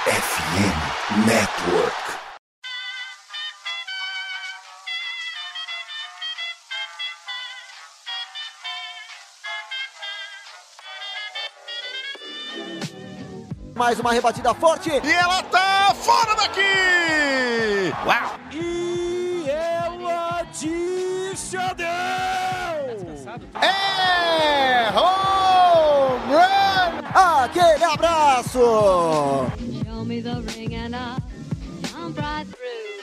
FM Network. Mais uma rebatida forte. E ela tá fora daqui! Uau! E ela descendeu! É home run! Aquele abraço! Show me the ring and I'll jump right through.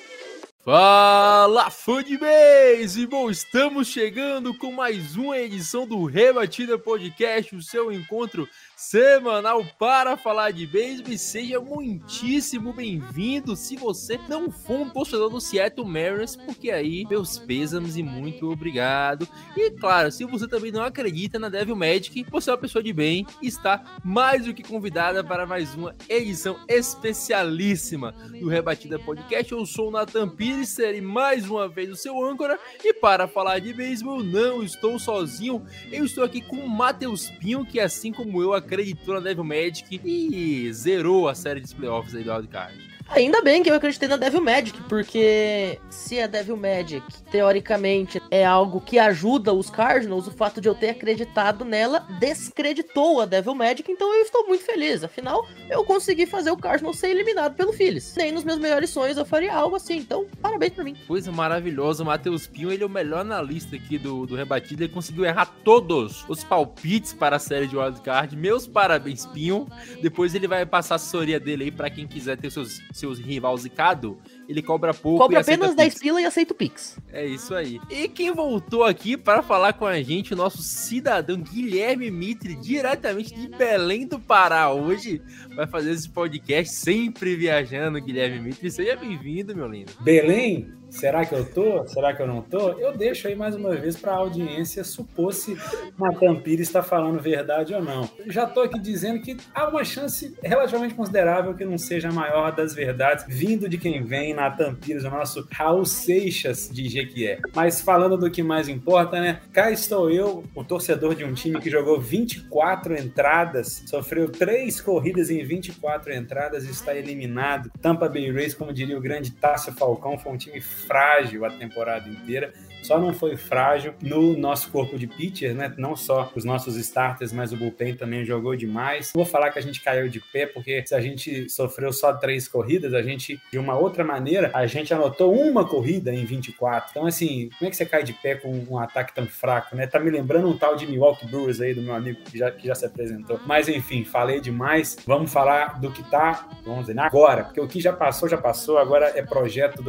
Fala, fã de beisebol! Estamos chegando com mais uma edição do Rebatida Podcast, o seu encontro semanal para falar de beisebol. E seja muitíssimo bem-vindo se você não for um torcedor do Seattle Mariners, porque aí meus pêsames e muito obrigado. E claro, se você também não acredita na Devil Magic, você é uma pessoa de bem e está mais do que convidada para mais uma edição especialíssima do Rebatida Podcast. Eu sou o Nathan Pires, serei mais uma vez o seu âncora, e para falar de beisebol não estou sozinho, eu estou aqui com o Matheus Pinho, que assim como eu acreditou na Devil Magic e zerou a série de playoffs aí do Wildcard. Ainda bem que eu acreditei na Devil Magic, porque se a Devil Magic, teoricamente, é algo que ajuda os Cardinals, o fato de eu ter acreditado nela descreditou a Devil Magic, então eu estou muito feliz. Afinal, eu consegui fazer o Cardinals ser eliminado pelo Phillies. Nem nos meus melhores sonhos eu faria algo assim, então parabéns pra mim. Coisa maravilhosa, o Matheus Pinho, ele é o melhor analista aqui do Rebatida, ele conseguiu errar todos os palpites para a série de Wildcard. Meus parabéns, Pinho. Depois ele vai passar a assessoria dele aí para quem quiser ter seus rivais zicados, ele cobra pouco. Cobra apenas 10 pila e aceita o Pix. É isso aí. E quem voltou aqui para falar com a gente, o nosso cidadão Guilherme Mitre, diretamente de Belém do Pará, hoje vai fazer esse podcast sempre viajando. Guilherme Mitre, seja bem-vindo, meu lindo. Belém? Será que eu tô? Será que eu não tô? Eu deixo aí mais uma vez para a audiência supor se Nathan Pires está falando verdade ou não. Eu já tô aqui dizendo que há uma chance relativamente considerável que não seja a maior das verdades, vindo de quem vem, Nathan Pires, o nosso Raul Seixas de Jequié. Mas falando do que mais importa, né? Cá estou eu, o torcedor de um time que jogou 24 entradas, sofreu 3 corridas em 24 entradas e está eliminado. Tampa Bay Rays, como diria o grande Tássio Falcão, foi um time frágil a temporada inteira. Só não foi frágil no nosso corpo de pitcher, né? Não só os nossos starters, mas o bullpen também jogou demais. Vou falar que a gente caiu de pé, porque se a gente sofreu só 3 corridas, a gente, de uma outra maneira, a gente anotou uma corrida em 24. Então, assim, como é que você cai de pé com um ataque tão fraco, né? Tá me lembrando um tal de Milwaukee Brewers aí, do meu amigo que já se apresentou. Mas, enfim, falei demais. Vamos falar do que tá, vamos dizer, agora, porque o que já passou, agora é projeto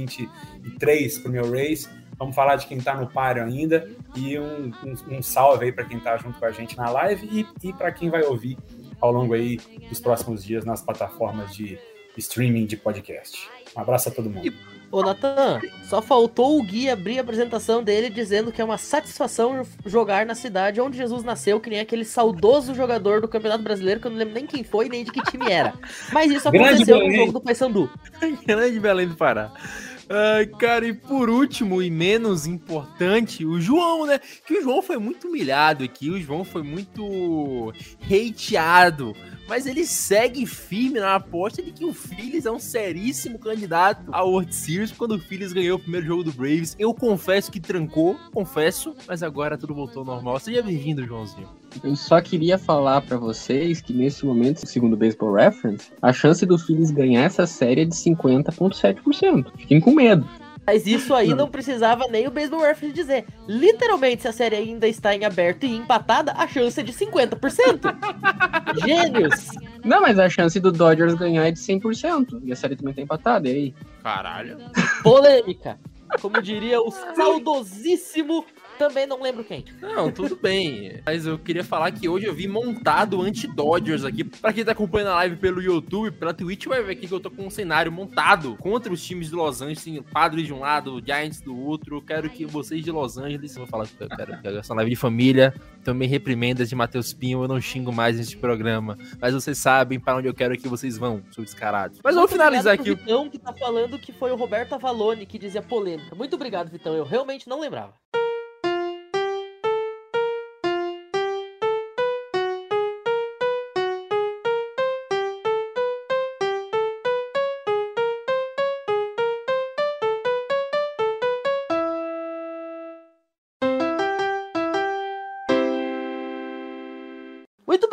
2023 pro meu Rays. Vamos falar de quem tá no páreo ainda e um salve aí para quem tá junto com a gente na live e para quem vai ouvir ao longo aí dos próximos dias nas plataformas de streaming de podcast. Um abraço a todo mundo. Ô Nathan, só faltou o Gui abrir a apresentação dele dizendo que é uma satisfação jogar na cidade onde Jesus nasceu, que nem aquele saudoso jogador do Campeonato Brasileiro, que eu não lembro nem quem foi, nem de que time era. Mas isso aconteceu no jogo do Paysandu. Grande Belém do Pará. Cara, e por último e menos importante, o João, né? Que o João foi muito humilhado aqui, o João foi muito hateado, mas ele segue firme na aposta de que o Phillies é um seríssimo candidato ao World Series quando o Phillies ganhou o primeiro jogo do Braves. Eu confesso que trancou, mas agora tudo voltou ao normal. Seja bem-vindo, Joãozinho. Eu só queria falar pra vocês que nesse momento, segundo o Baseball Reference, a chance do Phillies ganhar essa série é de 50,7%. Fiquem com medo. Mas isso aí não precisava nem o Baseball Reference dizer. Literalmente, se a série ainda está em aberto e empatada, a chance é de 50%. Gênios! Não, mas a chance do Dodgers ganhar é de 100%. E a série também tá empatada, e aí? Caralho. Polêmica. Como diria o saudosíssimo, também não lembro quem. Não, tudo bem. Mas eu queria falar que hoje eu vi montado anti-Dodgers aqui. Pra quem tá acompanhando a live pelo YouTube, pela Twitch, vai ver aqui que eu tô com um cenário montado contra os times de Los Angeles. Assim, Padres de um lado, Giants do outro. Eu quero que vocês de Los Angeles, eu vou falar que eu quero essa live de família, também reprimendas de Matheus Pinho. Eu não xingo mais neste programa. Mas vocês sabem para onde eu quero que vocês vão, sou descarado. Mas vamos finalizar aqui. Muito obrigado pro Vitão, que tá falando que foi o Roberto Avalone que dizia polêmica. Muito obrigado, Vitão. Eu realmente não lembrava.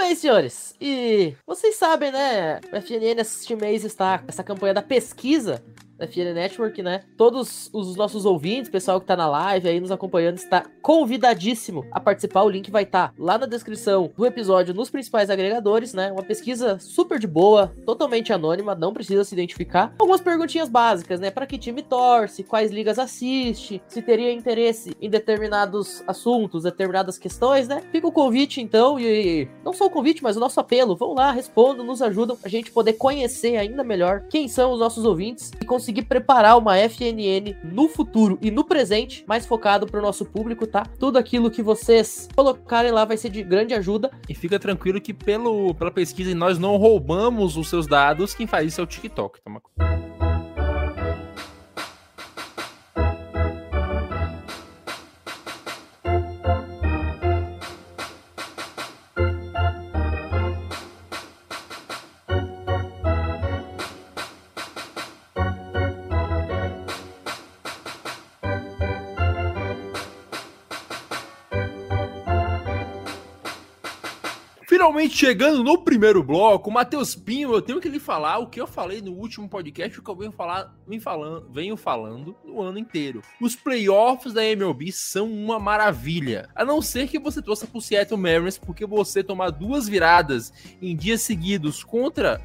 bem, senhores, e vocês sabem, né, o FNN este mês está essa campanha da pesquisa da FN Network, né? Todos os nossos ouvintes, pessoal que tá na live aí nos acompanhando, está convidadíssimo a participar. O link vai estar lá na descrição do episódio nos principais agregadores, né? Uma pesquisa super de boa, totalmente anônima, não precisa se identificar. Algumas perguntinhas básicas, né? Pra que time torce, quais ligas assiste, se teria interesse em determinados assuntos, determinadas questões, né? Fica o convite, então, e não só o convite, mas o nosso apelo. Vão lá, respondam, nos ajudam a gente poder conhecer ainda melhor quem são os nossos ouvintes e conseguir preparar uma FNN no futuro e no presente, mais focado pro nosso público, tá? Tudo aquilo que vocês colocarem lá vai ser de grande ajuda. E fica tranquilo que pela pesquisa nós não roubamos os seus dados, quem faz isso é o TikTok. Toma cuidado. Finalmente chegando no primeiro bloco, Matheus Pinho, eu tenho que lhe falar o que eu falei no último podcast, o que eu venho falando no ano inteiro. Os playoffs da MLB são uma maravilha, a não ser que você torça pro Seattle Mariners, porque você tomar 2 viradas em dias seguidos contra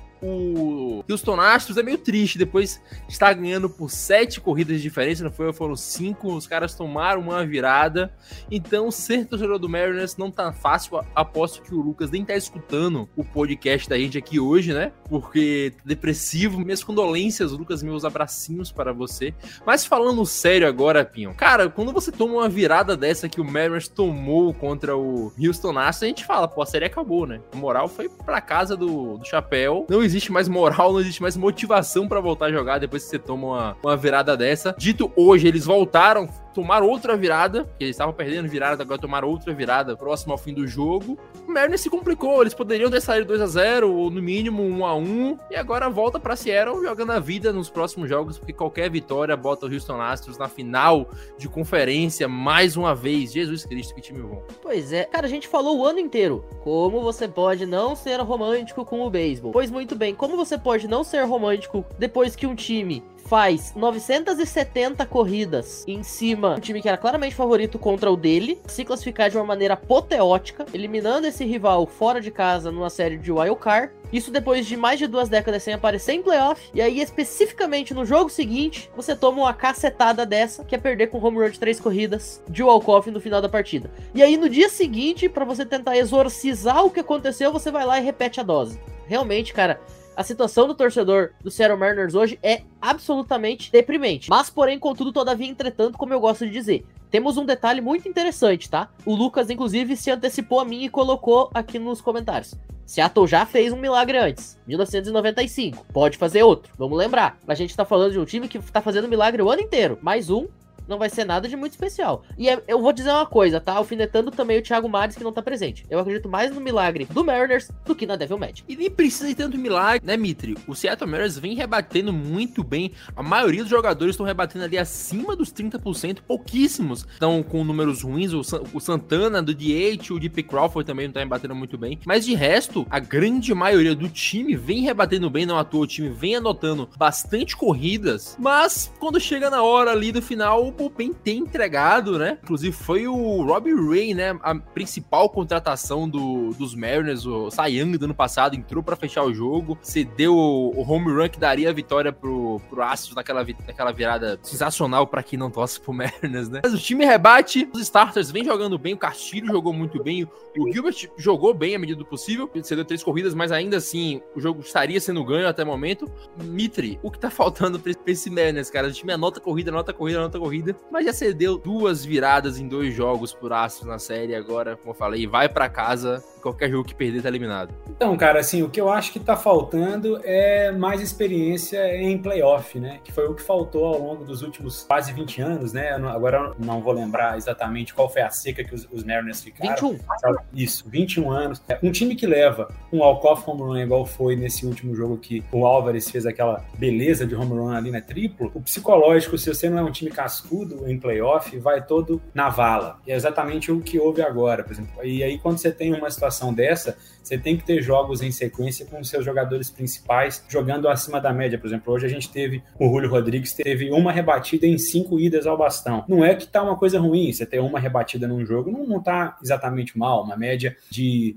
o Houston Astros é meio triste, depois estar ganhando por 7 corridas de diferença, não foi? Foram 5, os caras tomaram uma virada, então ser torcedor do Mariners não tá fácil. Aposto que o Lucas nem tá escutando o podcast da gente aqui hoje, né? Porque tá depressivo, minhas condolências, Lucas, meus abracinhos para você. Mas falando sério agora, Pinho, cara, quando você toma uma virada dessa que o Mariners tomou contra o Houston Astros, a gente fala, pô, a série acabou, né? A moral foi pra casa do chapéu, não existe mais moral, não existe mais motivação pra voltar a jogar depois que você toma uma virada dessa. Dito hoje, eles voltaram, tomaram outra virada, porque eles estavam perdendo virada, agora tomaram outra virada próximo ao fim do jogo. O Mariners se complicou, eles poderiam ter saído 2-0 ou no mínimo 1-1, e agora volta pra Seattle jogando a vida nos próximos jogos, porque qualquer vitória bota o Houston Astros na final de conferência mais uma vez. Jesus Cristo, que time bom. Pois é, cara, a gente falou o ano inteiro como você pode não ser romântico com o beisebol. Pois muito bem, como você pode não ser romântico depois que um time faz 970 corridas em cima do time que era claramente favorito contra o dele, se classificar de uma maneira apoteótica, eliminando esse rival fora de casa numa série de wild card. Isso depois de mais de 2 décadas sem aparecer em playoff. E aí, especificamente no jogo seguinte, você toma uma cacetada dessa, que é perder com home run de 3 corridas de walk-off no final da partida. E aí, no dia seguinte, pra você tentar exorcizar o que aconteceu, você vai lá e repete a dose. Realmente, cara, a situação do torcedor do Seattle Mariners hoje é absolutamente deprimente. Mas, porém, contudo, todavia, entretanto, como eu gosto de dizer, temos um detalhe muito interessante, tá? O Lucas, inclusive, se antecipou a mim e colocou aqui nos comentários. Seattle já fez um milagre antes, 1995, pode fazer outro, vamos lembrar. A gente tá falando de um time que tá fazendo milagre o ano inteiro, mais um, não vai ser nada de muito especial. E eu vou dizer uma coisa, tá? Alfinetando também o Thiago Mares, que não tá presente. Eu acredito mais no milagre do Mariners do que na Devil Magic. E nem precisa de tanto milagre, né, Mitri? O Seattle Mariners vem rebatendo muito bem. A maioria dos jogadores estão rebatendo ali acima dos 30%, pouquíssimos estão com números ruins. O Santana, do DH, o Deep Crawford também não tá rebatendo muito bem. Mas de resto, a grande maioria do time vem rebatendo bem, não à toa. O time vem anotando bastante corridas, mas quando chega na hora ali do final, o bullpen tem entregado, né? Inclusive foi o Robbie Ray, né? A principal contratação dos Mariners, o Cy Young do ano passado, entrou pra fechar o jogo, cedeu o home run que daria a vitória pro Astros naquela virada sensacional pra quem não torce pro Mariners, né? Mas o time rebate, os starters vem jogando bem, o Castillo jogou muito bem, o Gilbert jogou bem à medida do possível, ele cedeu 3 corridas, mas ainda assim o jogo estaria sendo ganho até o momento. Mitri, o que tá faltando pra esse Mariners, cara? O time anota corrida, mas já cedeu 2 viradas em 2 jogos por Astros na série. Agora, como eu falei, vai pra casa, qualquer jogo que perder tá eliminado. Então, cara, assim, o que eu acho que tá faltando é mais experiência em playoff, né? Que foi o que faltou ao longo dos últimos quase 20 anos, né? Agora eu não vou lembrar exatamente qual foi a seca que os Mariners ficaram. 21. Isso, 21 anos. Um time que leva um walk-off home run igual foi nesse último jogo que o Álvares fez aquela beleza de home run ali, né? Triplo. O psicológico, se você não é um time cascudo, tudo em playoff vai todo na vala. E é exatamente o que houve agora, por exemplo. E aí, quando você tem uma situação dessa, você tem que ter jogos em sequência com seus jogadores principais jogando acima da média. Por exemplo, hoje a gente teve o Julio Rodrigues, teve uma rebatida em 5 idas ao bastão. Não é que tá uma coisa ruim, você ter uma rebatida num jogo não tá exatamente mal, uma média de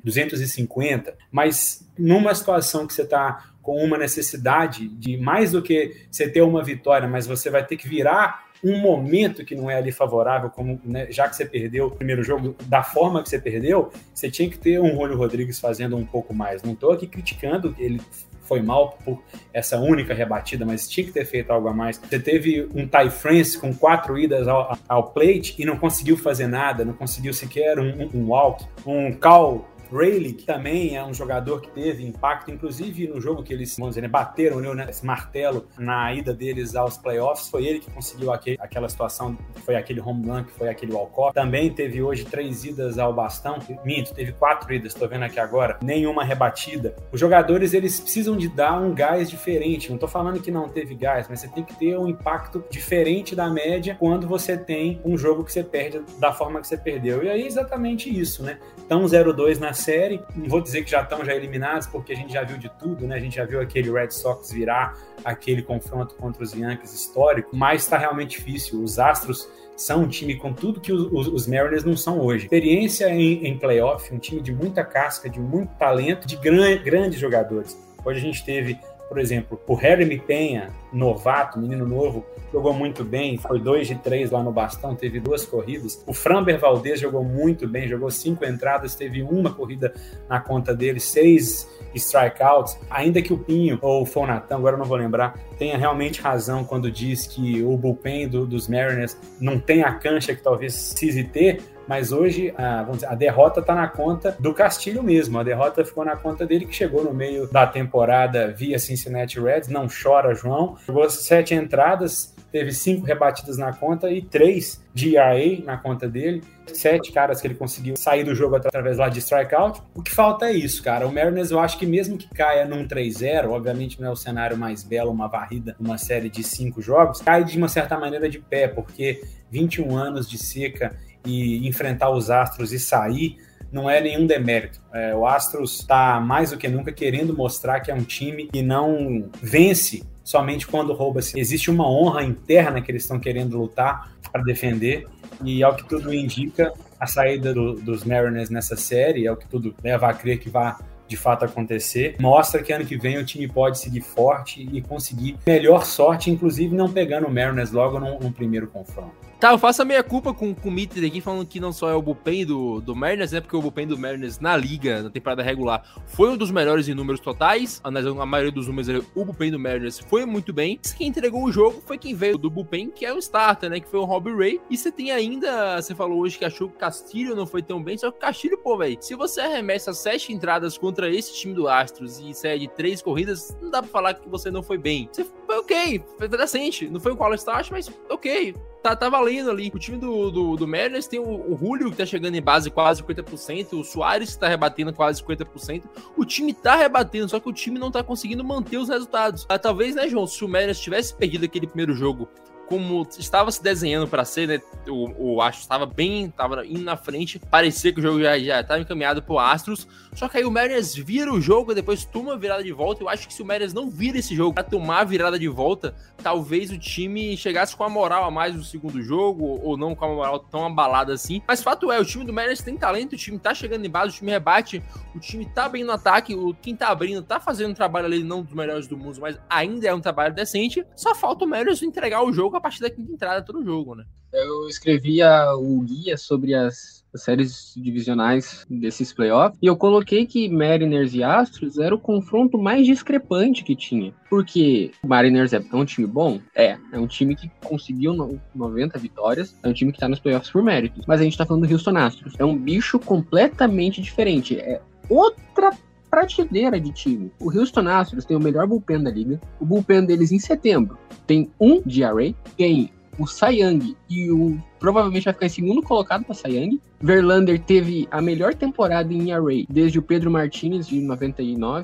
250, mas numa situação que você tá com uma necessidade de mais do que você ter uma vitória, mas você vai ter que virar um momento que não é ali favorável, como, né, já que você perdeu o primeiro jogo da forma que você perdeu, você tinha que ter um Julio Rodrigues fazendo um pouco mais. Não estou aqui criticando ele foi mal por essa única rebatida, mas tinha que ter feito algo a mais. Você teve um Ty France com 4 idas ao plate e não conseguiu fazer nada, não conseguiu sequer um walk. Um Cal Rayleigh, que também é um jogador que teve impacto, inclusive no jogo que eles, vamos dizer, né, bateram, né, esse martelo na ida deles aos playoffs, foi ele que conseguiu aquela situação, foi aquele home run, que foi aquele walk-off. Também teve hoje 3 idas ao bastão, teve 4 idas, tô vendo aqui agora, nenhuma rebatida. Os jogadores, eles precisam de dar um gás diferente, não tô falando que não teve gás, mas você tem que ter um impacto diferente da média quando você tem um jogo que você perde da forma que você perdeu. E aí é exatamente isso, né? Então 0-2 na série, não vou dizer que já estão eliminados, porque a gente já viu de tudo, né? A gente já viu aquele Red Sox virar aquele confronto contra os Yankees histórico, mas está realmente difícil. Os Astros são um time com tudo que os Mariners não são hoje. Experiência em playoff, um time de muita casca, de muito talento, de grandes jogadores. Hoje a gente teve, por exemplo, o Jeremy Penha, novato, menino novo, jogou muito bem, foi 2 de 3 lá no bastão, teve 2 corridas. O Framber Valdez jogou muito bem, jogou 5 entradas, teve uma corrida na conta dele, 6 strikeouts. Ainda que o Pinho, ou foi o Natan, agora eu não vou lembrar, tenha realmente razão quando diz que o bullpen dos Mariners não tem a cancha que talvez precise ter, mas hoje vamos dizer, a derrota está na conta do Castilho mesmo. A derrota ficou na conta dele, que chegou no meio da temporada via Cincinnati Reds. Não chora, João. Jogou 7 entradas, teve 5 rebatidas na conta e 3 de ERA na conta dele. 7 caras que ele conseguiu sair do jogo através lá de strikeout. O que falta é isso, cara. O Mariners, eu acho que mesmo que caia num 3-0, obviamente não é o cenário mais belo, uma varrida, uma série de 5 jogos, cai de uma certa maneira de pé, porque 21 anos de seca e enfrentar os Astros e sair não é nenhum demérito. O Astros está mais do que nunca querendo mostrar que é um time que não vence somente quando rouba-se. Existe uma honra interna que eles estão querendo lutar para defender, e ao que tudo indica, a saída dos Mariners nessa série, é o que tudo leva a crer que vai de fato acontecer, mostra que ano que vem o time pode seguir forte e conseguir melhor sorte, inclusive não pegando o Mariners logo num primeiro confronto. Tá, eu faço a meia culpa com o Mitter aqui, falando que não só é o bullpen do Mariners, né? Porque o bullpen do Mariners na liga, na temporada regular, foi um dos melhores em números totais. A maioria dos números, o bullpen do Mariners foi muito bem. Quem entregou o jogo foi quem veio do bullpen, que é o starter, né? Que foi o Robbie Ray. E você tem ainda, você falou hoje que achou que o Castilho não foi tão bem, só que o Castilho, pô, velho, se você arremessa 7 entradas contra esse time do Astros e cede 3 corridas, não dá pra falar que você não foi bem. Você foi ok, foi decente. Não foi um All-Star, mas ok. Tá valendo ali. O time do Mariners tem o Julio, que tá chegando em base quase 50%, o Suárez, que tá rebatendo quase 50%. O time tá rebatendo, só que o time não tá conseguindo manter os resultados. Talvez, né, João, se o Mariners tivesse perdido aquele primeiro jogo como estava se desenhando para ser, né? O Astros estava indo na frente, parecia que o jogo já estava encaminhado pro Astros, só que aí o Mariners vira o jogo e depois toma a virada de volta. Eu acho que se o Mariners não vira esse jogo para tomar a virada de volta, talvez o time chegasse com a moral a mais no segundo jogo, ou não com a moral tão abalada assim. Mas fato é, o time do Mariners tem talento, o time tá chegando em base, o time rebate, o time tá bem no ataque, quem tá abrindo tá fazendo um trabalho ali, não dos melhores do mundo, mas ainda é um trabalho decente. Só falta o Mariners entregar o jogo a partir da quinta entrada todo jogo, né? Eu escrevi o guia sobre as séries divisionais desses playoffs e eu coloquei que Mariners e Astros era o confronto mais discrepante que tinha. Porque o Mariners é um time bom? É um time que conseguiu 90 vitórias, é um time que tá nos playoffs por méritos. Mas a gente tá falando do Houston Astros. É um bicho completamente diferente. É outra prateleira de time. O Houston Astros tem o melhor bullpen da liga. O bullpen deles em setembro tem 1 de ERA, tem o Cy Young e provavelmente vai ficar em segundo colocado para Cy Young. Verlander teve a melhor temporada em ERA desde o Pedro Martínez de 99.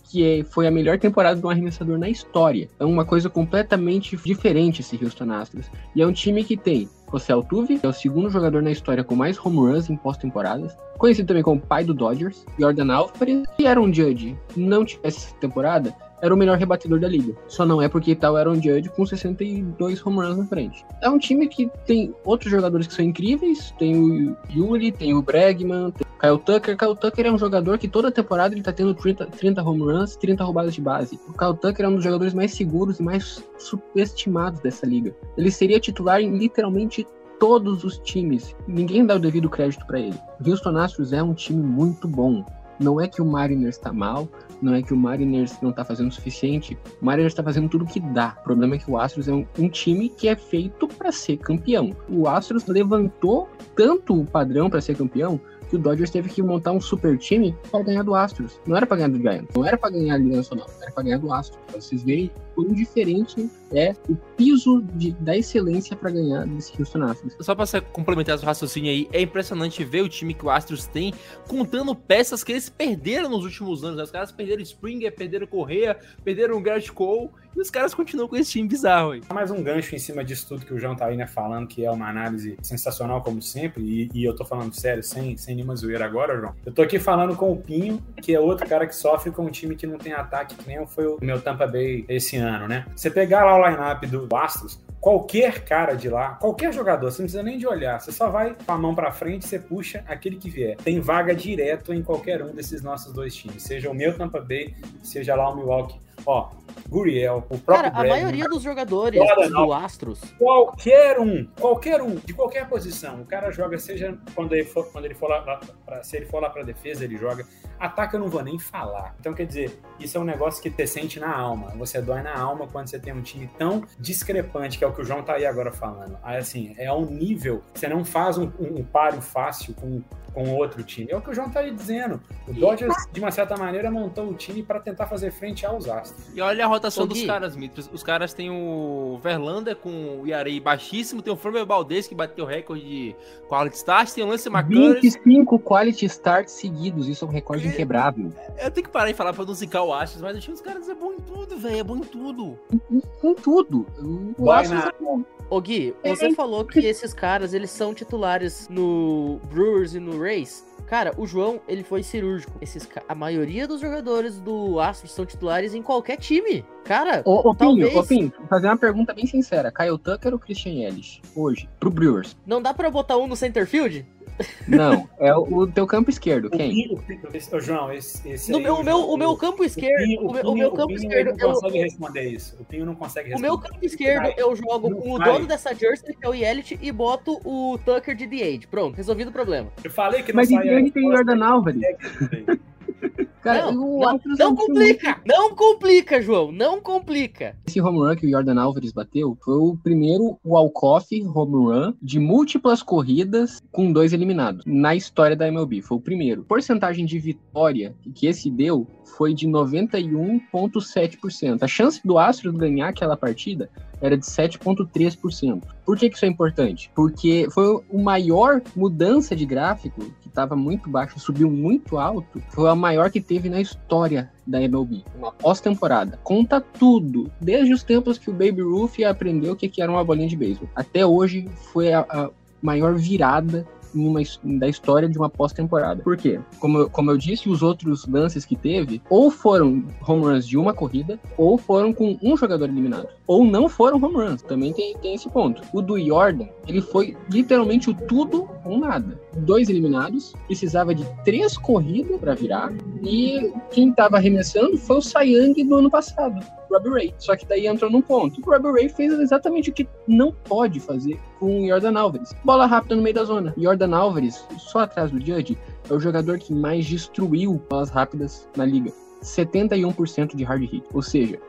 que foi a melhor temporada de um arremessador na história. É uma coisa completamente diferente esse Houston Astros. E é um time que tem José Altuve, que é o segundo jogador na história com mais home runs em pós-temporadas, conhecido também como pai do Dodgers, Jordan Alvarez, e Aaron Judge não tivesse essa temporada, era o melhor rebatedor da liga. Só não é porque tá o Aaron Judge com 62 home runs na frente. É um time que tem outros jogadores que são incríveis, tem o Yuli, tem o Bregman, tem o Kyle Tucker. Kyle Tucker é um jogador que toda temporada ele tá tendo 30 home runs, 30 roubadas de base. O Kyle Tucker é um dos jogadores mais seguros e mais subestimados dessa liga. Ele seria titular em literalmente todos os times. Ninguém dá o devido crédito para ele. O Houston Astros é um time muito bom. Não é que o Mariners tá mal, não é que o Mariners não tá fazendo o suficiente. O Mariners tá fazendo tudo o que dá. O problema é que o Astros é um time que é feito para ser campeão. O Astros levantou tanto o padrão para ser campeão que o Dodgers teve que montar um super time para ganhar do Astros. Não era para ganhar do Giants, não era para ganhar a Liga Nacional, era para ganhar do Astros. Pra vocês verem quão diferente é o piso da excelência para ganhar desse Houston Astros. Só para complementar esse raciocínio aí, é impressionante ver o time que o Astros tem contando peças que eles perderam nos últimos anos. Os caras perderam Springer, perderam Correa, perderam o Garrett Cole, e os caras continuam com esse time bizarro aí. Mais um gancho em cima disso tudo que o João tá aí, né, falando, que é uma análise sensacional como sempre, e eu tô falando sério, sem nenhuma zoeira agora, João. Eu tô aqui falando com o Pinho, que é outro cara que sofre com um time que não tem ataque, que nem foi o meu Tampa Bay esse ano, né? Você pegar lá o line-up do Astros, qualquer cara de lá, qualquer jogador, você não precisa nem de olhar, você só vai com a mão pra frente, você puxa aquele que vier. Tem vaga direto em qualquer um desses nossos dois times, seja o meu Tampa Bay, seja lá o Milwaukee. Ó, Gurriel, o próprio Cara, a maioria dos jogadores do Astros, qualquer um, de qualquer posição, o cara joga, seja quando ele for lá se ele for lá pra defesa, ele joga. Ataque eu não vou nem falar. Então, quer dizer, isso é um negócio que você sente na alma. Você dói na alma quando você tem um time tão discrepante, que é o que o João tá aí agora falando. Aí, assim, é um nível, você não faz um páreo fácil com outro time. É o que o João tá aí dizendo. O Dodgers, de uma certa maneira, montou o time para tentar fazer frente aos Astros. E olha a rotação dos caras, Mitros. Os caras têm o Verlander com o Yarei baixíssimo, tem o Framber Valdez, que bateu o recorde de quality start, tem o Lance McCullers. 25 quality starts seguidos, isso é um recorde inquebrável. Eu tenho que parar e falar pra não zicar o Astros, mas o time dos caras é bom em tudo, velho, é bom em tudo. Em tudo. O Astros é bom. Ô Gui, você falou que esses caras, eles são titulares no Brewers e no Rays. Cara, o João, ele foi cirúrgico. A maioria dos jogadores do Astros são titulares em qualquer time. Cara, talvez... Pinho, vou fazer uma pergunta bem sincera. Kyle Tucker ou Christian Yelich, hoje, pro Brewers? Não dá pra botar um no center field? Não, é o teu campo esquerdo, quem? João, esse o meu campo esquerdo... O meu campo esquerdo... não consegue responder isso. O Pinho não consegue responder. O meu campo esquerdo, eu jogo com o dono dessa jersey, que é o Yelich, e boto o Tucker de DH. Pronto, resolvido o problema. Eu falei que não mas ele tem Jordan Alvarez. Cara, não complica! Não complica, João! Não complica! Esse home run que o Jordan Alvarez bateu foi o primeiro walk-off home run de múltiplas corridas com 2 eliminados na história da MLB. Foi o primeiro. A porcentagem de vitória que esse deu foi de 91,7%. A chance do Astros ganhar aquela partida era de 7,3%. Por que isso é importante? Porque foi a maior mudança de gráfico, que estava muito baixo, subiu muito alto, foi a maior que teve na história da MLB, uma pós-temporada. Conta tudo, desde os tempos que o Babe Ruth aprendeu o que era uma bolinha de beisebol. Até hoje foi a maior virada da história de uma pós-temporada. Por quê? Como eu disse, os outros lances que teve, ou foram home runs de uma corrida, ou foram com um jogador eliminado. Ou não foram home runs. Também tem esse ponto. O do Jordan, ele foi literalmente o tudo ou nada. 2 eliminados, precisava de 3 corridas para virar, e quem estava arremessando foi o Cy Young do ano passado, Robbie Ray. Só que daí entrou num ponto. O Robbie Ray fez exatamente o que não pode fazer com o Jordan Alvarez. Bola rápida no meio da zona. Jordan Alvarez, só atrás do Judge, é o jogador que mais destruiu bolas rápidas na liga. 71% de hard hit. Ou seja,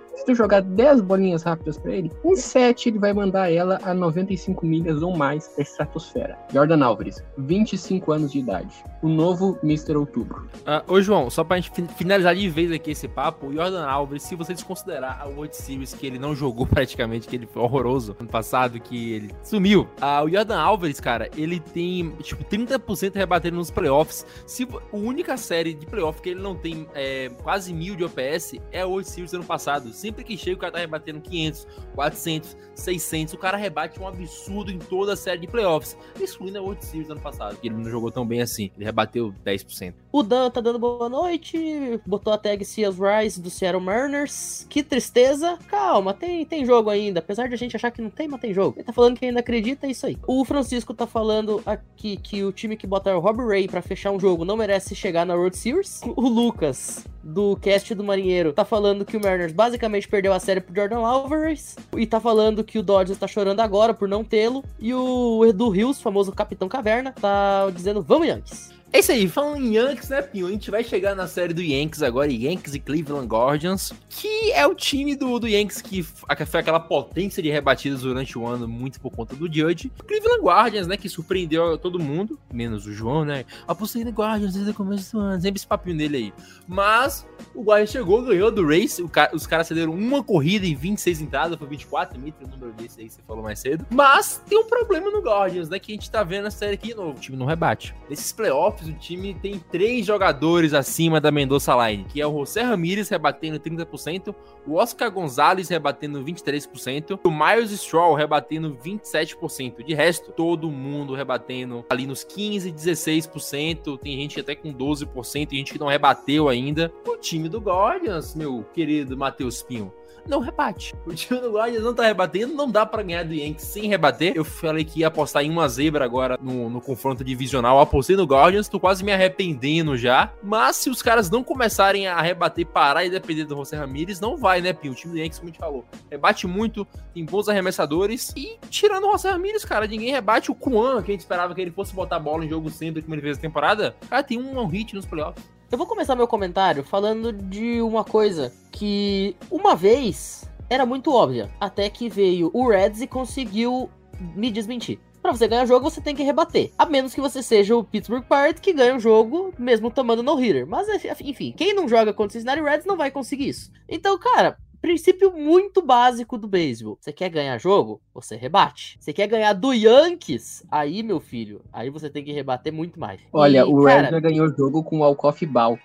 Se tu jogar 10 bolinhas rápidas pra ele, em 7 ele vai mandar ela a 95 milhas ou mais da estratosfera. Jordan Álvares, 25 anos de idade. O novo Mr. Outubro. Ô, João, só pra gente finalizar de vez aqui esse papo, o Jordan Álvares, se você desconsiderar a World Series, que ele não jogou praticamente, que ele foi horroroso ano passado, que ele sumiu. O Jordan Álvares, cara, ele tem, tipo, 30% rebatendo nos playoffs. A única série de playoff que ele não tem quase 1000 de OPS é a World Series do ano passado. Sempre que chega, o cara tá rebatendo 500, 400, 600. O cara rebate um absurdo em toda a série de playoffs, excluindo a World Series do ano passado, que ele não jogou tão bem assim. Ele rebateu 10%. O Dan tá dando boa noite, botou a tag Cias Rice do Seattle Mariners. Que tristeza. Calma, tem jogo ainda. Apesar de a gente achar que não tem, mas tem jogo. Ele tá falando que ainda acredita, é isso aí. O Francisco tá falando aqui que o time que bota o Robbie Ray pra fechar um jogo não merece chegar na World Series. O Lucas, do cast do Marinheiro, tá falando que o Mariners basicamente perdeu a série pro Jordan Álvares. E tá falando que o Dodgers tá chorando agora por não tê-lo. E o Edu Rios, famoso Capitão Caverna, tá dizendo, vamos Yankees. É isso aí, falando em Yankees, né, Pinho? A gente vai chegar na série do Yankees agora, Yankees e Cleveland Guardians, que é o time do Yankees que foi aquela potência de rebatidas durante o ano, muito por conta do Judge. O Cleveland Guardians, né, que surpreendeu todo mundo, menos o João, né? Apostei no Guardians desde o começo do ano, sempre esse papinho dele aí. Mas o Guardians chegou, ganhou do Race, os caras cederam uma corrida em 26 entradas, foi 24, Mitri, o número desse aí que você falou mais cedo. Mas tem um problema no Guardians, né, que a gente tá vendo na série aqui de novo, o time não rebate. Nesses playoffs, o time tem 3 jogadores acima da Mendoza Line, que é o José Ramírez rebatendo 30%, o Oscar Gonzalez rebatendo 23%, o Miles Straw rebatendo 27%. De resto, todo mundo rebatendo ali nos 15%, 16%, tem gente até com 12%, tem gente que não rebateu ainda. O time do Guardians, meu querido Matheus Pinho, não rebate. O time do Guardians não tá rebatendo, não dá pra ganhar do Yankees sem rebater. Eu falei que ia apostar em uma zebra agora no confronto divisional, apostei no Guardians, tô quase me arrependendo já. Mas se os caras não começarem a rebater, parar e depender do José Ramírez, não vai, né, Pinho? O time do Yankees, como a gente falou, rebate muito, tem bons arremessadores e tirando o José Ramírez, cara, ninguém rebate. O Kuan, que a gente esperava que ele fosse botar bola em jogo sempre, como ele fez a temporada, cara, tem um hit nos playoffs. Eu vou começar meu comentário falando de uma coisa que uma vez era muito óbvia, até que veio o Reds e conseguiu me desmentir. Pra você ganhar jogo, você tem que rebater. A menos que você seja o Pittsburgh Pirates, que ganha o jogo mesmo tomando no-hitter. Mas, enfim, quem não joga contra o Cincinnati Reds não vai conseguir isso. Então, cara, princípio muito básico do beisebol. Você quer ganhar jogo? Você rebate. Você quer ganhar do Yankees? Aí, meu filho, aí você tem que rebater muito mais. Olha, o Red já ganhou o jogo com o Alcoff Balk.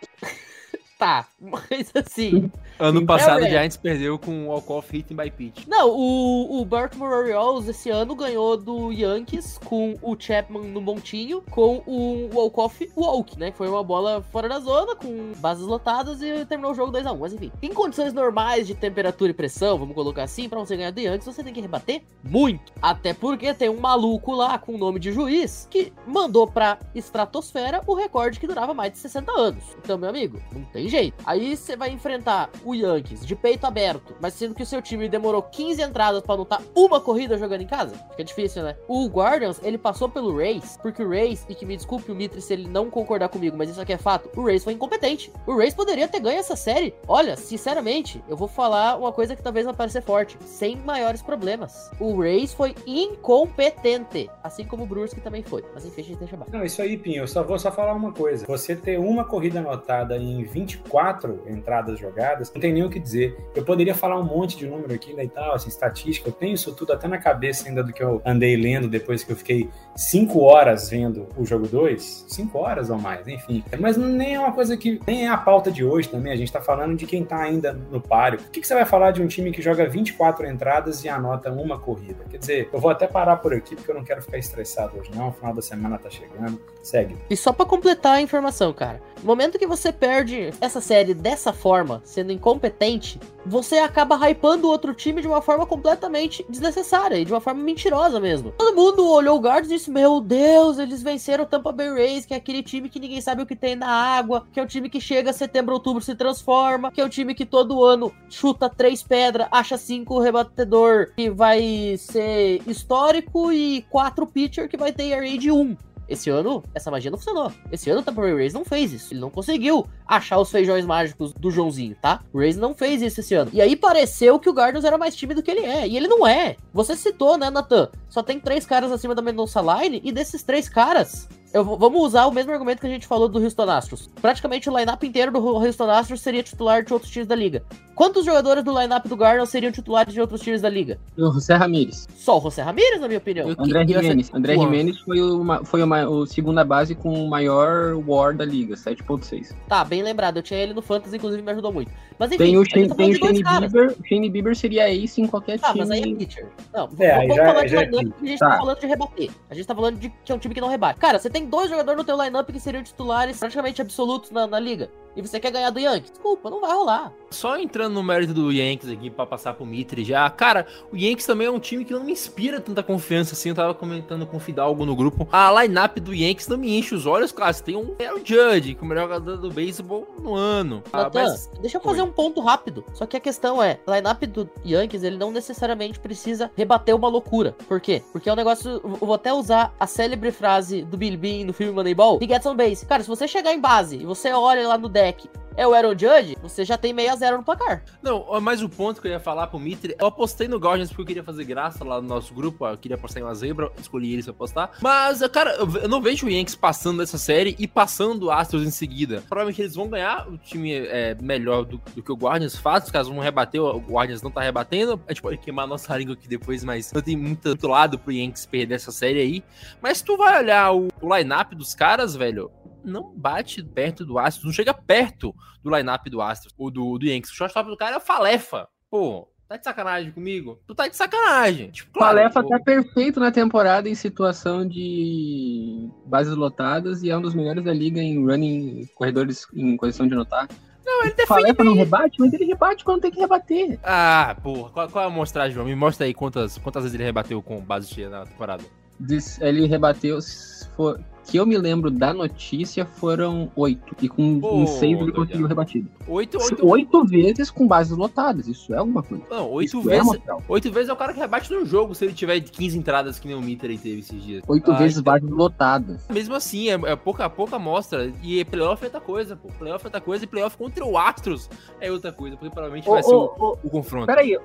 Tá, mas assim... Ano passado o Giants perdeu com o Alcoff hitting by pitch. Não, o Baltimore Orioles esse ano ganhou do Yankees com o Chapman no montinho, com o Alcoff walk, né? Foi uma bola fora da zona, com bases lotadas e terminou o jogo 2-1. Mas enfim, em condições normais de temperatura e pressão, vamos colocar assim, pra você ganhar do Yankees, você tem que rebater muito. Até porque tem um maluco lá com o nome de juiz que mandou pra estratosfera o recorde que durava mais de 60 anos. Então, meu amigo, não tem jeito. Aí você vai enfrentar o Yankees de peito aberto, mas sendo que o seu time demorou 15 entradas pra anotar uma corrida jogando em casa, fica difícil, né? O Guardians, ele passou pelo Rays, porque o Rays, e que me desculpe o Mitri se ele não concordar comigo, mas isso aqui é fato, o Rays foi incompetente. O Rays poderia ter ganho essa série. Olha, sinceramente, eu vou falar uma coisa que talvez vai parecer forte, sem maiores problemas. O Rays foi incompetente, assim como o Brewers que também foi. Mas enfim, a gente deixa abaixo. Não, isso aí, Pinho, eu vou só falar uma coisa. Você ter uma corrida anotada em 24 entradas jogadas, não tem nem o que dizer. Eu poderia falar um monte de número aqui, né, e tal, assim, estatística, eu tenho isso tudo até na cabeça ainda do que eu andei lendo depois que eu fiquei 5 horas vendo o jogo 2, 5 horas ou mais, enfim. Mas nem é uma coisa que, nem é a pauta de hoje também, a gente tá falando de quem tá ainda no páreo. O que você vai falar de um time que joga 24 entradas e anota uma corrida? Quer dizer, eu vou até parar por aqui porque eu não quero ficar estressado hoje não, o final da semana tá chegando, segue. E só pra completar a informação, cara, no momento que você perde essa série dessa forma, sendo incompetente, você acaba hypando o outro time de uma forma completamente desnecessária e de uma forma mentirosa mesmo. Todo mundo olhou o Guardians e disse, meu Deus, eles venceram o Tampa Bay Rays, que é aquele time que ninguém sabe o que tem na água, que é o time que chega a setembro, outubro, se transforma, que é o time que todo ano chuta 3 pedras, acha 5 rebatedor, que vai ser histórico e 4 pitcher que vai ter ERA de 1. Esse ano, essa magia não funcionou. Esse ano o Tampa Bay Rays não fez isso. Ele não conseguiu achar os feijões mágicos do Joãozinho, tá? O Rays não fez isso esse ano. E aí pareceu que o Cardinals era mais time do que ele é. E ele não é. Você citou, né, Nathan? Só tem 3 caras acima da Mendonça Line, e desses 3 caras... Vamos usar o mesmo argumento que a gente falou do Houston Astros. Praticamente o lineup inteiro do Houston Astros seria titular de outros times da liga. Quantos jogadores do lineup do Cardinals seriam titulares de outros times da liga? O José Ramírez. Só o José Ramírez, na minha opinião. André Giménez foi o segunda base com o maior WAR da liga, 7.6. Tá, bem lembrado. Eu tinha ele no Fantasy, inclusive me ajudou muito. Mas enfim, tem o Shane Bieber. O Shane Bieber seria ace em qualquer time. Mas aí é pitcher. Não, vamos já, falar de lineup, que a gente tá falando de rebater. A gente tá falando de que é um time que não rebate. Cara, você tem 2 jogadores no teu lineup que seriam titulares praticamente absolutos na liga. E você quer ganhar do Yankees? Desculpa, não vai rolar. Só entrando no mérito do Yankees aqui pra passar pro Mitri já. Cara, o Yankees também é um time que não me inspira tanta confiança assim. Eu tava comentando com o Fidalgo no grupo. A lineup do Yankees não me enche os olhos, cara. Você tem um Aaron Judge, que é o melhor jogador do beisebol no ano. Mas deixa eu fazer um ponto rápido. Só que a questão é, o lineup do Yankees, ele não necessariamente precisa rebater uma loucura. Por quê? Porque é um negócio... Eu vou até usar a célebre frase do Billy Bean no filme Moneyball. He gets on base. Cara, se você chegar em base e você olha lá no deck, é o Aaron Judge, você já tem 6-0 no placar. Não, mas o ponto que eu ia falar pro Mitri, eu apostei no Guardians porque eu queria fazer graça lá no nosso grupo, eu queria apostar em uma zebra, escolhi eles pra apostar. Mas, cara, eu não vejo o Yankees passando dessa série e passando o Astros em seguida. Provavelmente eles vão ganhar, o time é melhor do que o Guardians faz, caso vão rebater, o Guardians não tá rebatendo. A gente pode queimar nossa língua aqui depois, mas não tem muito lado pro Yankees perder essa série aí. Mas se tu vai olhar o line-up dos caras, velho, não bate perto do Astros, não chega perto do line-up do Astros ou do Yankees. O shortstop do cara é o Falefa. Pô, tá de sacanagem comigo? Tu tá de sacanagem. Tipo, claro, Falefa tá perfeito na temporada em situação de bases lotadas e é um dos melhores da liga em running, corredores em posição de anotar. Não, ele defende. Falefa não rebate, mas ele rebate quando tem que rebater. Ah, porra, qual é a amostragem, João? Me mostra aí quantas vezes ele rebateu com base cheia na temporada. Ele rebateu, que eu me lembro da notícia, foram 8. E com 6 ele conseguiu rebatido. 8 vezes com bases lotadas. Isso é alguma coisa. Não, 8 vezes é o cara que rebate no jogo, se ele tiver 15 entradas que nem o Mitter aí teve esses dias. 8 vezes bases lotadas. Mesmo assim, é pouca amostra. E playoff é outra coisa, pô. Playoff é outra coisa e playoff contra o Astros é outra coisa. Porque provavelmente vai ser o confronto. Peraí,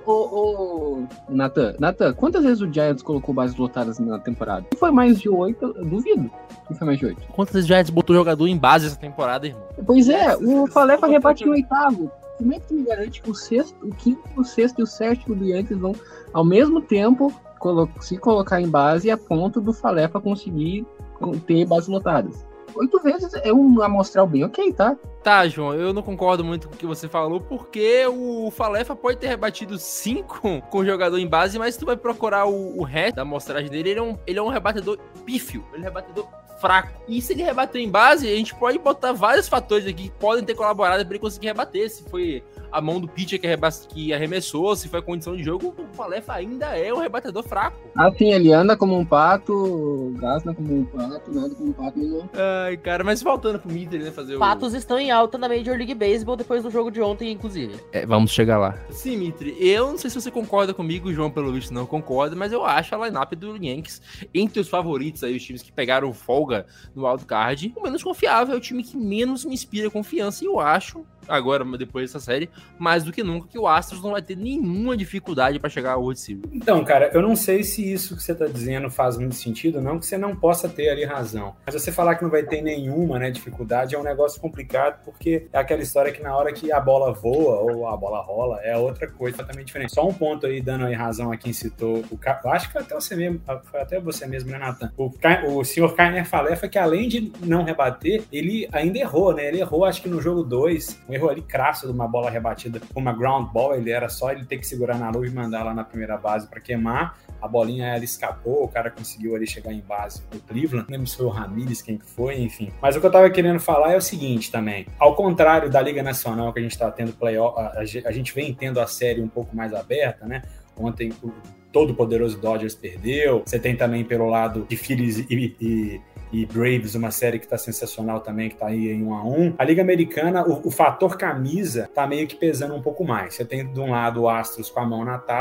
Nathan, quantas vezes o Giants colocou bases lotadas na temporada? Se foi mais de 8, eu duvido. Foi mais de 8. Quantas vezes o Giants botou jogador em base essa temporada, irmão? Pois é, o Falefa rebate no 8º. Como é que tu me garante que o 6º, o 5º, o 6º e o 7º do Yankees vão, ao mesmo tempo, se colocar em base a ponto do Falefa conseguir ter bases lotadas? 8 vezes é um amostral bem ok, tá? Tá, João, eu não concordo muito com o que você falou, porque o Falefa pode ter rebatido 5 com o jogador em base, mas se tu vai procurar o resto da amostragem dele, ele é um rebatedor pífio, ele é um rebatedor fraco. E se ele rebateu em base, a gente pode botar vários fatores aqui que podem ter colaborado para ele conseguir rebater. Se foi a mão do pitcher que arremessou, se foi a condição de jogo, o Falefa ainda é um rebatedor fraco. Assim, ele anda como um pato, gasta como um pato, nada como um pato, mas não. Ai, cara, mas faltando pro Mitter, né, fazer Patos estão em alta na Major League Baseball depois do jogo de ontem, inclusive. Vamos chegar lá. Sim, Mitri, eu não sei se você concorda comigo, o João, pelo visto, não concorda, mas eu acho a lineup do Yankees, entre os favoritos aí, os times que pegaram folga no wildcard, o menos confiável, é o time que menos me inspira confiança, e eu acho, agora, depois dessa série, mais do que nunca, que o Astros não vai ter nenhuma dificuldade para chegar ao World Series. Então, cara, eu não sei se isso que você tá dizendo faz muito sentido, não que você não possa ter ali razão. Mas você falar que não vai ter nenhuma, né, dificuldade é um negócio complicado, porque é aquela história que na hora que a bola voa ou a bola rola, é outra coisa totalmente diferente. Só um ponto aí, dando aí razão a quem citou, eu acho que foi até você mesmo, né, Nathan? O senhor Kiner Falefa, que além de não rebater, ele ainda errou, né? Ele errou, acho que no jogo 2, um erro ali crasso de uma bola rebatida com uma ground ball, ele era só ele ter que segurar na luz e mandar lá na primeira base para queimar, a bolinha ela escapou, o cara conseguiu ali chegar em base do Cleveland, não lembro se foi o Ramírez, quem que foi, enfim. Mas o que eu tava querendo falar é o seguinte também, ao contrário da Liga Nacional, que a gente tá tendo playoff, a gente vem tendo a série um pouco mais aberta, né? Ontem todo o poderoso Dodgers perdeu, você tem também pelo lado de Phillies e Braves, uma série que tá sensacional também, que tá aí em 1-1. A Liga Americana, o fator camisa tá meio que pesando um pouco mais. Você tem de um lado o Astros com a mão na taça,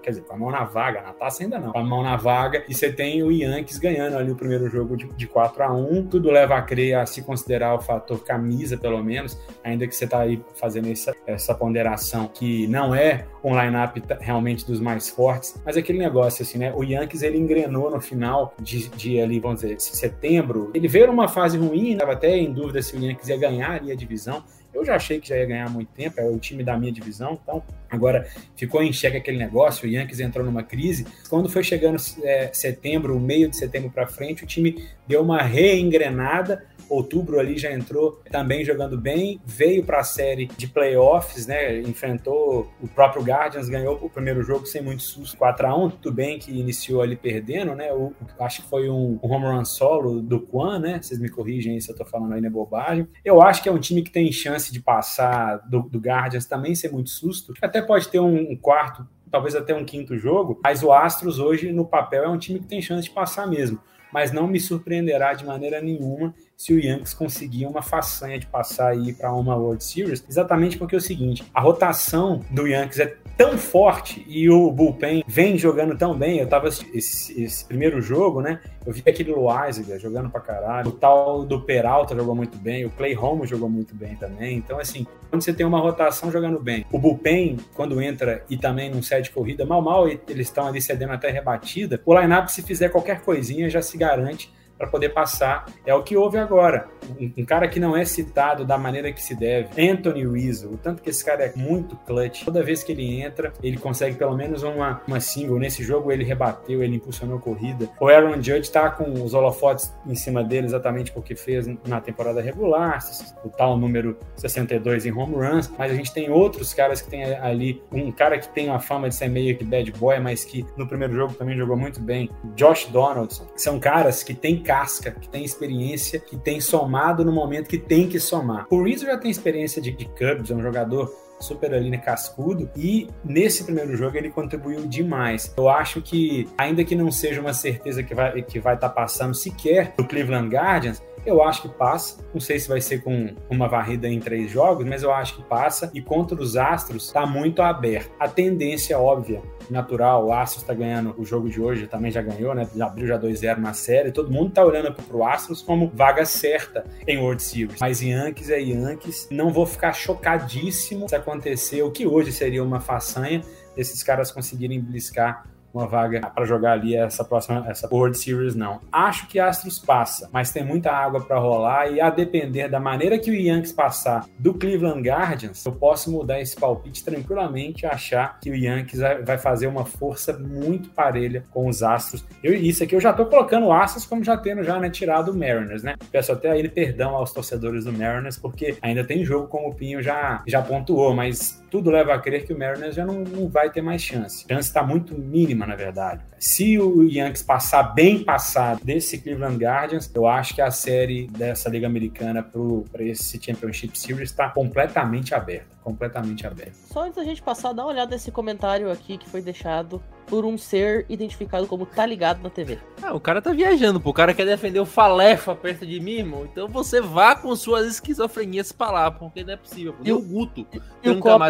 quer dizer, com a mão na vaga, na taça ainda não, com a mão na vaga, e você tem o Yankees ganhando ali o primeiro jogo de 4-1, tudo leva a crer a se considerar o fator camisa, pelo menos, ainda que você tá aí fazendo essa ponderação que não é um line-up realmente dos mais fortes, mas aquele negócio assim, né, o Yankees ele engrenou no final de ali, vamos dizer, setembro, ele veio numa fase ruim, estava até em dúvida se o Yankees ia ganhar ali a divisão. Eu já achei que já ia ganhar há muito tempo, é o time da minha divisão, então agora ficou em xeque aquele negócio, o Yankees entrou numa crise. Quando foi chegando setembro, meio de setembro para frente, o time deu uma reengrenada, outubro ali já entrou também jogando bem, veio para a série de playoffs, né? Enfrentou o próprio Guardians, ganhou o primeiro jogo sem muito susto, 4-1, tudo bem que iniciou ali perdendo, né? Acho que foi um home run solo do Kwan, né? Vocês me corrigem aí se eu tô falando aí na bobagem. Eu acho que é um time que tem chance de passar do Guardians também sem muito susto, até pode ter um quarto, talvez até um quinto jogo, mas o Astros hoje no papel é um time que tem chance de passar mesmo, mas não me surpreenderá de maneira nenhuma se o Yankees conseguir uma façanha de passar aí para uma World Series, exatamente porque é o seguinte, a rotação do Yankees é tão forte e o bullpen vem jogando tão bem. Eu tava esse primeiro jogo, né? Eu vi aquele Loaiziga jogando pra caralho, o tal do Peralta jogou muito bem, o Clay Holmes jogou muito bem também. Então, assim, quando você tem uma rotação jogando bem, o bullpen, quando entra e também num set de corrida, mal eles estão ali cedendo até rebatida, o line-up, se fizer qualquer coisinha, já se garante para poder passar. É o que houve agora. Um cara que não é citado da maneira que se deve, Anthony Rizzo, o tanto que esse cara é muito clutch. Toda vez que ele entra, ele consegue pelo menos uma single. Nesse jogo ele rebateu, ele impulsionou a corrida. O Aaron Judge está com os holofotes em cima dele exatamente porque fez na temporada regular, o tal número 62 em home runs, mas a gente tem outros caras que tem ali, um cara que tem a fama de ser meio que bad boy, mas que no primeiro jogo também jogou muito bem, Josh Donaldson. São caras que têm casca, que tem experiência, que tem somado no momento que tem que somar. O Rizzo já tem experiência de Cubs, é um jogador super ali, né, cascudo, e nesse primeiro jogo ele contribuiu demais. Eu acho que, ainda que não seja uma certeza que vai estar passando sequer do Cleveland Guardians, eu acho que passa. Não sei se vai ser com uma varrida em 3 jogos, mas eu acho que passa. E contra os Astros está muito aberto. A tendência óbvia, natural, o Astros está ganhando o jogo de hoje, também já ganhou, né? Já abriu já 2-0 na série. Todo mundo está olhando para o Astros como vaga certa em World Series. Mas Yankees é Yankees. Não vou ficar chocadíssimo se acontecer o que hoje seria uma façanha desses caras conseguirem beliscar uma vaga para jogar ali essa World Series, não. Acho que Astros passa, mas tem muita água para rolar e a depender da maneira que o Yankees passar do Cleveland Guardians, eu posso mudar esse palpite tranquilamente e achar que o Yankees vai fazer uma força muito parelha com os Astros. Isso aqui eu já tô colocando o Astros como já tendo já, né, tirado o Mariners, né? Peço até aí perdão aos torcedores do Mariners, porque ainda tem jogo como o Pinho já pontuou, mas tudo leva a crer que o Mariners já não vai ter mais chance. A chance está muito mínima, na verdade. Se o Yankees passar bem passado desse Cleveland Guardians, eu acho que a série dessa Liga Americana para esse Championship Series está completamente aberta. Completamente aberta. Só antes da gente passar, dá uma olhada nesse comentário aqui que foi deixado por um ser identificado como Tá Ligado na TV. O cara tá viajando, pô. O cara quer defender o Falefa perto de mim, irmão. Então você vá com suas esquizofrenias pra lá, porque não é possível. E o Guto. E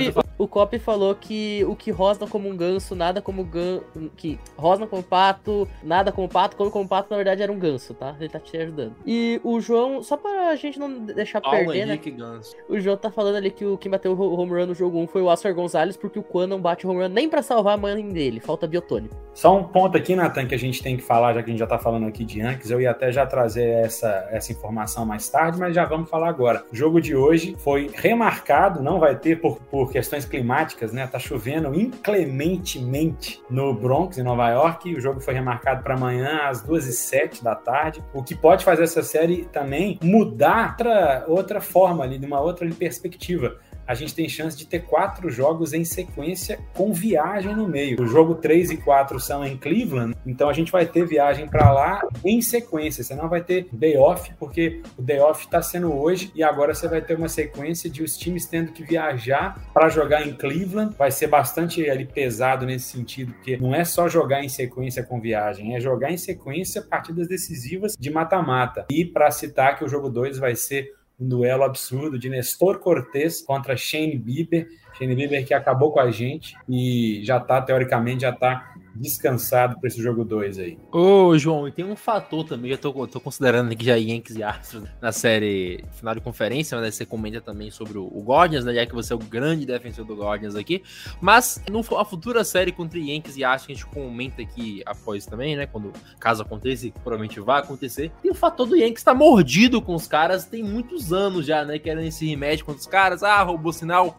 o Cop falou que o que rosna como um ganso, nada como que rosna como pato, nada como pato, como pato, na verdade era um ganso, tá? Ele tá te ajudando. E o João, só pra gente não deixar perder, né? Ganso. O João tá falando ali que quem bateu o home run no jogo 1 foi o Oscar Gonzalez, porque o Kwan não bate home run nem pra salvar a mãe dele. Falta biotônico. Só um ponto aqui, Nathan, que a gente tem que falar, já que a gente já tá falando aqui de Yankees, eu ia até já trazer essa informação mais tarde, mas já vamos falar agora. O jogo de hoje foi remarcado, não vai ter por questões climáticas, né? Tá chovendo inclementemente no Bronx, em Nova York, o jogo foi remarcado para amanhã às 2h07 da tarde, o que pode fazer essa série também mudar outra forma ali, de uma outra perspectiva. A gente tem chance de ter 4 jogos em sequência com viagem no meio. O jogo 3 e 4 são em Cleveland, então a gente vai ter viagem para lá em sequência. Você não vai ter day off, porque o day off está sendo hoje e agora você vai ter uma sequência de os times tendo que viajar para jogar em Cleveland. Vai ser bastante ali pesado nesse sentido, porque não é só jogar em sequência com viagem, é jogar em sequência partidas decisivas de mata-mata. E para citar que o jogo 2 vai ser um duelo absurdo de Nestor Cortés contra Shane Bieber. Shane Bieber que acabou com a gente e teoricamente, já tá descansado para esse jogo 2 aí. Ô, João, e tem um fator também, eu tô considerando aqui já Yankees e Astros na série final de conferência, mas você comenta também sobre o Guardians, né, já que você é o grande defensor do Guardians aqui, mas a futura série contra Yankees e Astros, que a gente comenta aqui após também, né, caso aconteça, que provavelmente vai acontecer, tem o fator do Yankees tá mordido com os caras, tem muitos anos já, né, querendo esse remédio contra os caras, roubou sinal,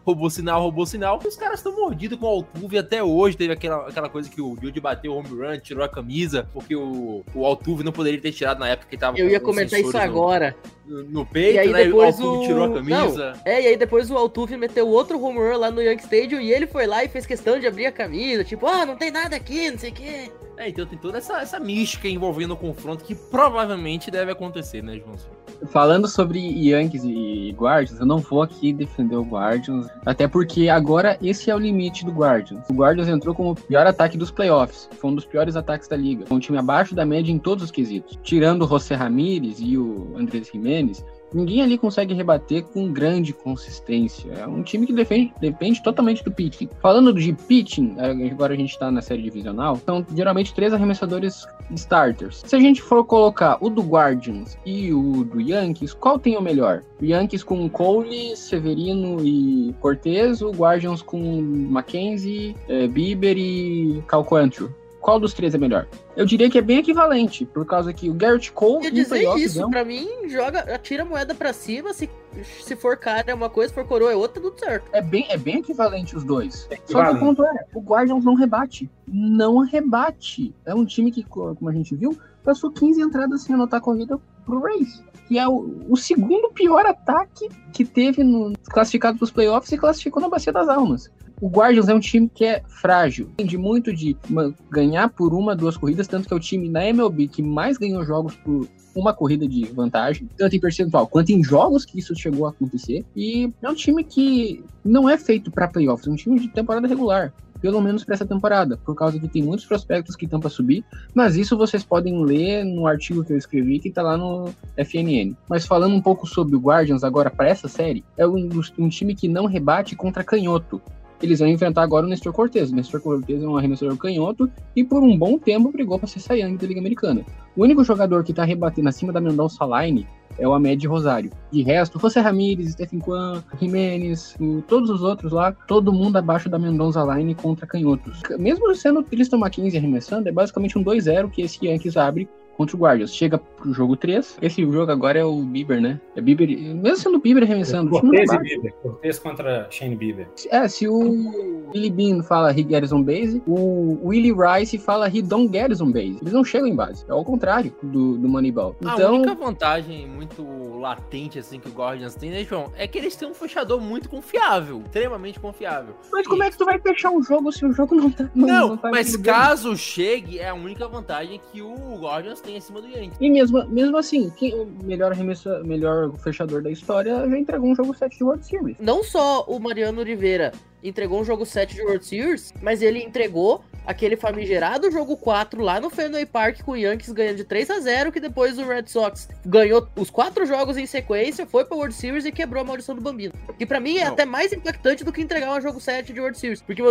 e os caras estão mordidos com o Altuve até hoje, teve aquela coisa que o de bater o home run, tirou a camisa, porque o Altuve não poderia ter tirado na época que ele tava Eu ia comentar isso agora. No peito, e aí né? Depois o Altuve tirou a camisa. E aí depois o Altuve meteu outro home run lá no Yankee Stadium e ele foi lá e fez questão de abrir a camisa, tipo, não tem nada aqui, não sei o quê. Então tem toda essa mística envolvendo o confronto que provavelmente deve acontecer, né, João? Falando sobre Yankees e Guardians, eu não vou aqui defender o Guardians, até porque agora esse é o limite do Guardians. O Guardians entrou como o pior ataque dos playoffs, foi um dos piores ataques da liga, um time abaixo da média em todos os quesitos. Tirando o José Ramírez e o Andrés Giménez, ninguém ali consegue rebater com grande consistência. É um time que depende totalmente do pitching. Falando de pitching, agora a gente tá na série divisional, são geralmente 3 arremessadores starters. Se a gente for colocar o do Guardians e o do Yankees, qual tem o melhor? O Yankees com Cole, Severino e Cortez, o Guardians com Mackenzie, Bieber e Cal Quantrill. Qual dos 3 é melhor? Eu diria que é bem equivalente, por causa que o Garrett Cole... Eu dizer isso, pra mim, atira a moeda pra cima, se for cara é uma coisa, se for coroa é outra, tudo certo. É bem equivalente os dois. Só que o ponto o Guardians não rebate. Não rebate. É um time que, como a gente viu, passou 15 entradas sem anotar corrida pro Rays, que é o segundo pior ataque que teve classificado pros playoffs e classificou na Bacia das Almas. O Guardians é um time que é frágil, depende muito de ganhar por 1, 2 corridas, tanto que é o time na MLB que mais ganhou jogos por uma corrida de vantagem, tanto em percentual quanto em jogos que isso chegou a acontecer, e é um time que não é feito para playoffs, é um time de temporada regular, pelo menos para essa temporada, por causa que tem muitos prospectos que estão para subir, mas isso vocês podem ler no artigo que eu escrevi, que está lá no FNN. Mas falando um pouco sobre o Guardians agora para essa série, é um time que não rebate contra canhoto. Eles vão enfrentar agora o Nestor Cortez. O Nestor Cortez é um arremessador canhoto e por um bom tempo brigou para ser Cy Young da Liga Americana. O único jogador que está rebatendo acima da Mendonça Line é o Amed Rosário. De resto, José Ramírez, Stephen Kwan, Jimenez, todos os outros lá, todo mundo abaixo da Mendonça Line contra canhotos. Mesmo sendo o Tristan McKenzie arremessando, é basicamente um 2-0 que esse Yankees abre contra o Guardians. Chega pro jogo 3. Esse jogo agora é o Bieber, né? É Bieber, mesmo sendo o Bieber arremessando. Cortez e Bieber. Cortez contra Shane Bieber. Se o Billy Bean fala he gets on base, o Willie Rice fala he don't get on base. Eles não chegam em base. É ao contrário do Moneyball. Então, a única vantagem muito latente assim que o Guardians tem, né, João? É que eles têm um fechador muito confiável. Extremamente confiável. Mas como é que tu vai fechar um jogo se o jogo não tá... Não tá mas caso chegue, é a única vantagem que o Guardians tem acima do Yankees. E mesmo assim, o melhor fechador da história já entregou um jogo 7 de World Series. Não só o Mariano Oliveira entregou um jogo 7 de World Series, mas ele entregou aquele famigerado jogo 4 lá no Fenway Park com o Yankees ganhando de 3-0, que depois o Red Sox ganhou os 4 jogos em sequência, foi pra World Series e quebrou a maldição do Bambino. Que pra mim é até mais impactante do que entregar um jogo 7 de World Series, porque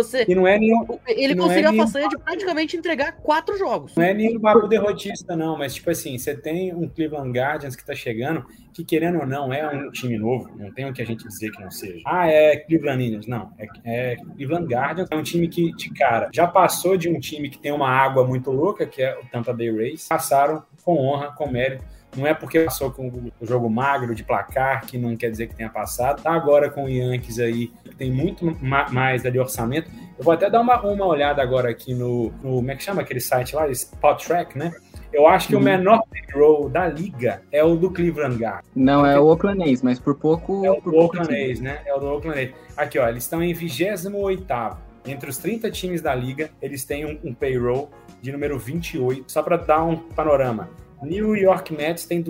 ele conseguiu a façanha de praticamente entregar 4 jogos. Não é nenhum papo derrotista não, mas tipo assim, você tem um Cleveland Guardians que tá chegando, que querendo ou não é um time novo, não tem o que a gente dizer que não seja. É Cleveland Indians, não, é Cleveland Guardians, é um time que, de cara, já passou de um time que tem uma água muito louca, que é o Tampa Bay Rays, passaram com honra, com mérito. Não é porque passou com o jogo magro de placar, que não quer dizer que tenha passado. Tá agora com o Yankees aí, que tem muito mais de orçamento. Eu vou até dar uma olhada agora aqui no como é que chama aquele site lá? Spot Track, né? Eu acho que o menor payroll da liga é o do Cleveland Guardians. Não, é o Oakland A's, mas por pouco... É o do Oakland A's, né? É o do Oakland A's. Aqui, ó, eles estão em 28º. Entre os 30 times da liga, eles têm um payroll de número 28. Só para dar um panorama. New York Mets tem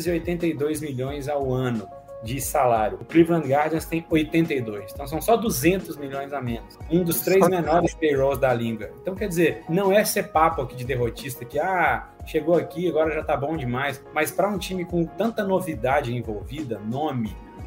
282 milhões ao ano de salário. O Cleveland Guardians tem 82. Então são só 200 milhões a menos. Um dos 3 menores payrolls da liga. Então quer dizer, não é ser papo aqui de derrotista que chegou aqui, agora já tá bom demais. Mas para um time com tanta novidade envolvida, nome,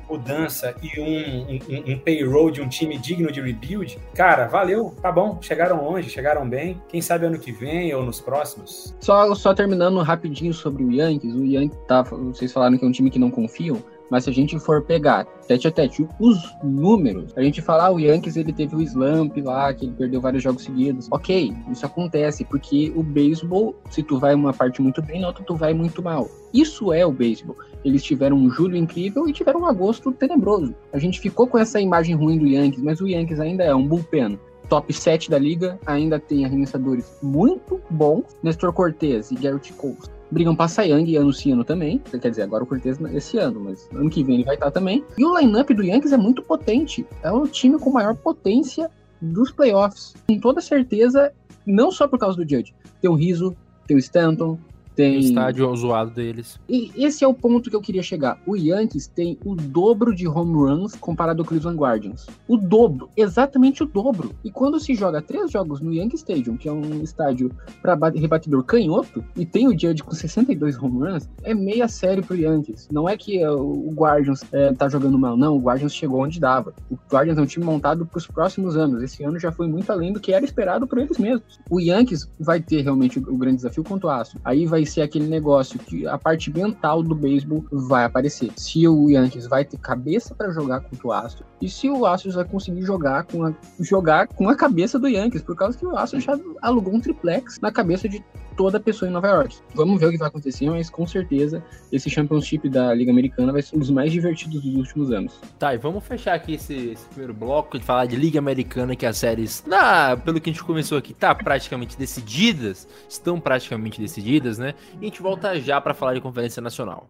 mudança e um payroll de um time digno de rebuild, cara, valeu, tá bom, chegaram longe, chegaram bem, quem sabe ano que vem ou nos próximos. Só terminando rapidinho sobre o Yankees vocês falaram que é um time que não confiam, mas se a gente for pegar tete a tete os números, a gente falar o Yankees ele teve o slump lá, que ele perdeu vários jogos seguidos. Ok, isso acontece, porque o beisebol, se tu vai uma parte muito bem, na outra tu vai muito mal. Isso é o beisebol. Eles tiveram um julho incrível e tiveram um agosto tenebroso. A gente ficou com essa imagem ruim do Yankees, mas o Yankees ainda é um bullpen. Top 7 da liga, ainda tem arremessadores muito bons. Nestor Cortez e Garrett Cole brigam pra Cy Young ano esse ano também. Quer dizer, agora o Cortez esse ano, mas ano que vem ele vai estar também. E o line-up do Yankees é muito potente. É o time com maior potência dos playoffs. Com toda certeza, não só por causa do Judge. Tem o Rizzo, tem o Stanton, tem... O estádio zoado deles. E esse é o ponto que eu queria chegar. O Yankees tem o dobro de home runs comparado ao Cleveland Guardians. O dobro. Exatamente o dobro. E quando se joga 3 jogos no Yankee Stadium, que é um estádio para rebatedor canhoto, e tem o Judge com 62 home runs, é meio a sério pro Yankees. Não é que o Guardians tá jogando mal. Não, o Guardians chegou onde dava. O Guardians é um time montado pros próximos anos. Esse ano já foi muito além do que era esperado por eles mesmos. O Yankees vai ter realmente o grande desafio contra o Astros. Aí vai ser aquele negócio que a parte mental do beisebol vai aparecer. Se o Yankees vai ter cabeça para jogar contra o Astros e se o Astros vai conseguir jogar com a cabeça do Yankees, por causa que o Astros já alugou um triplex na cabeça de toda pessoa em Nova York. Vamos ver o que vai acontecer, mas com certeza esse Championship da Liga Americana vai ser um dos mais divertidos dos últimos anos. Tá, e vamos fechar aqui esse primeiro bloco de falar de Liga Americana, que as séries, pelo que a gente começou aqui, estão praticamente decididas, né? E a gente volta já para falar de Conferência Nacional.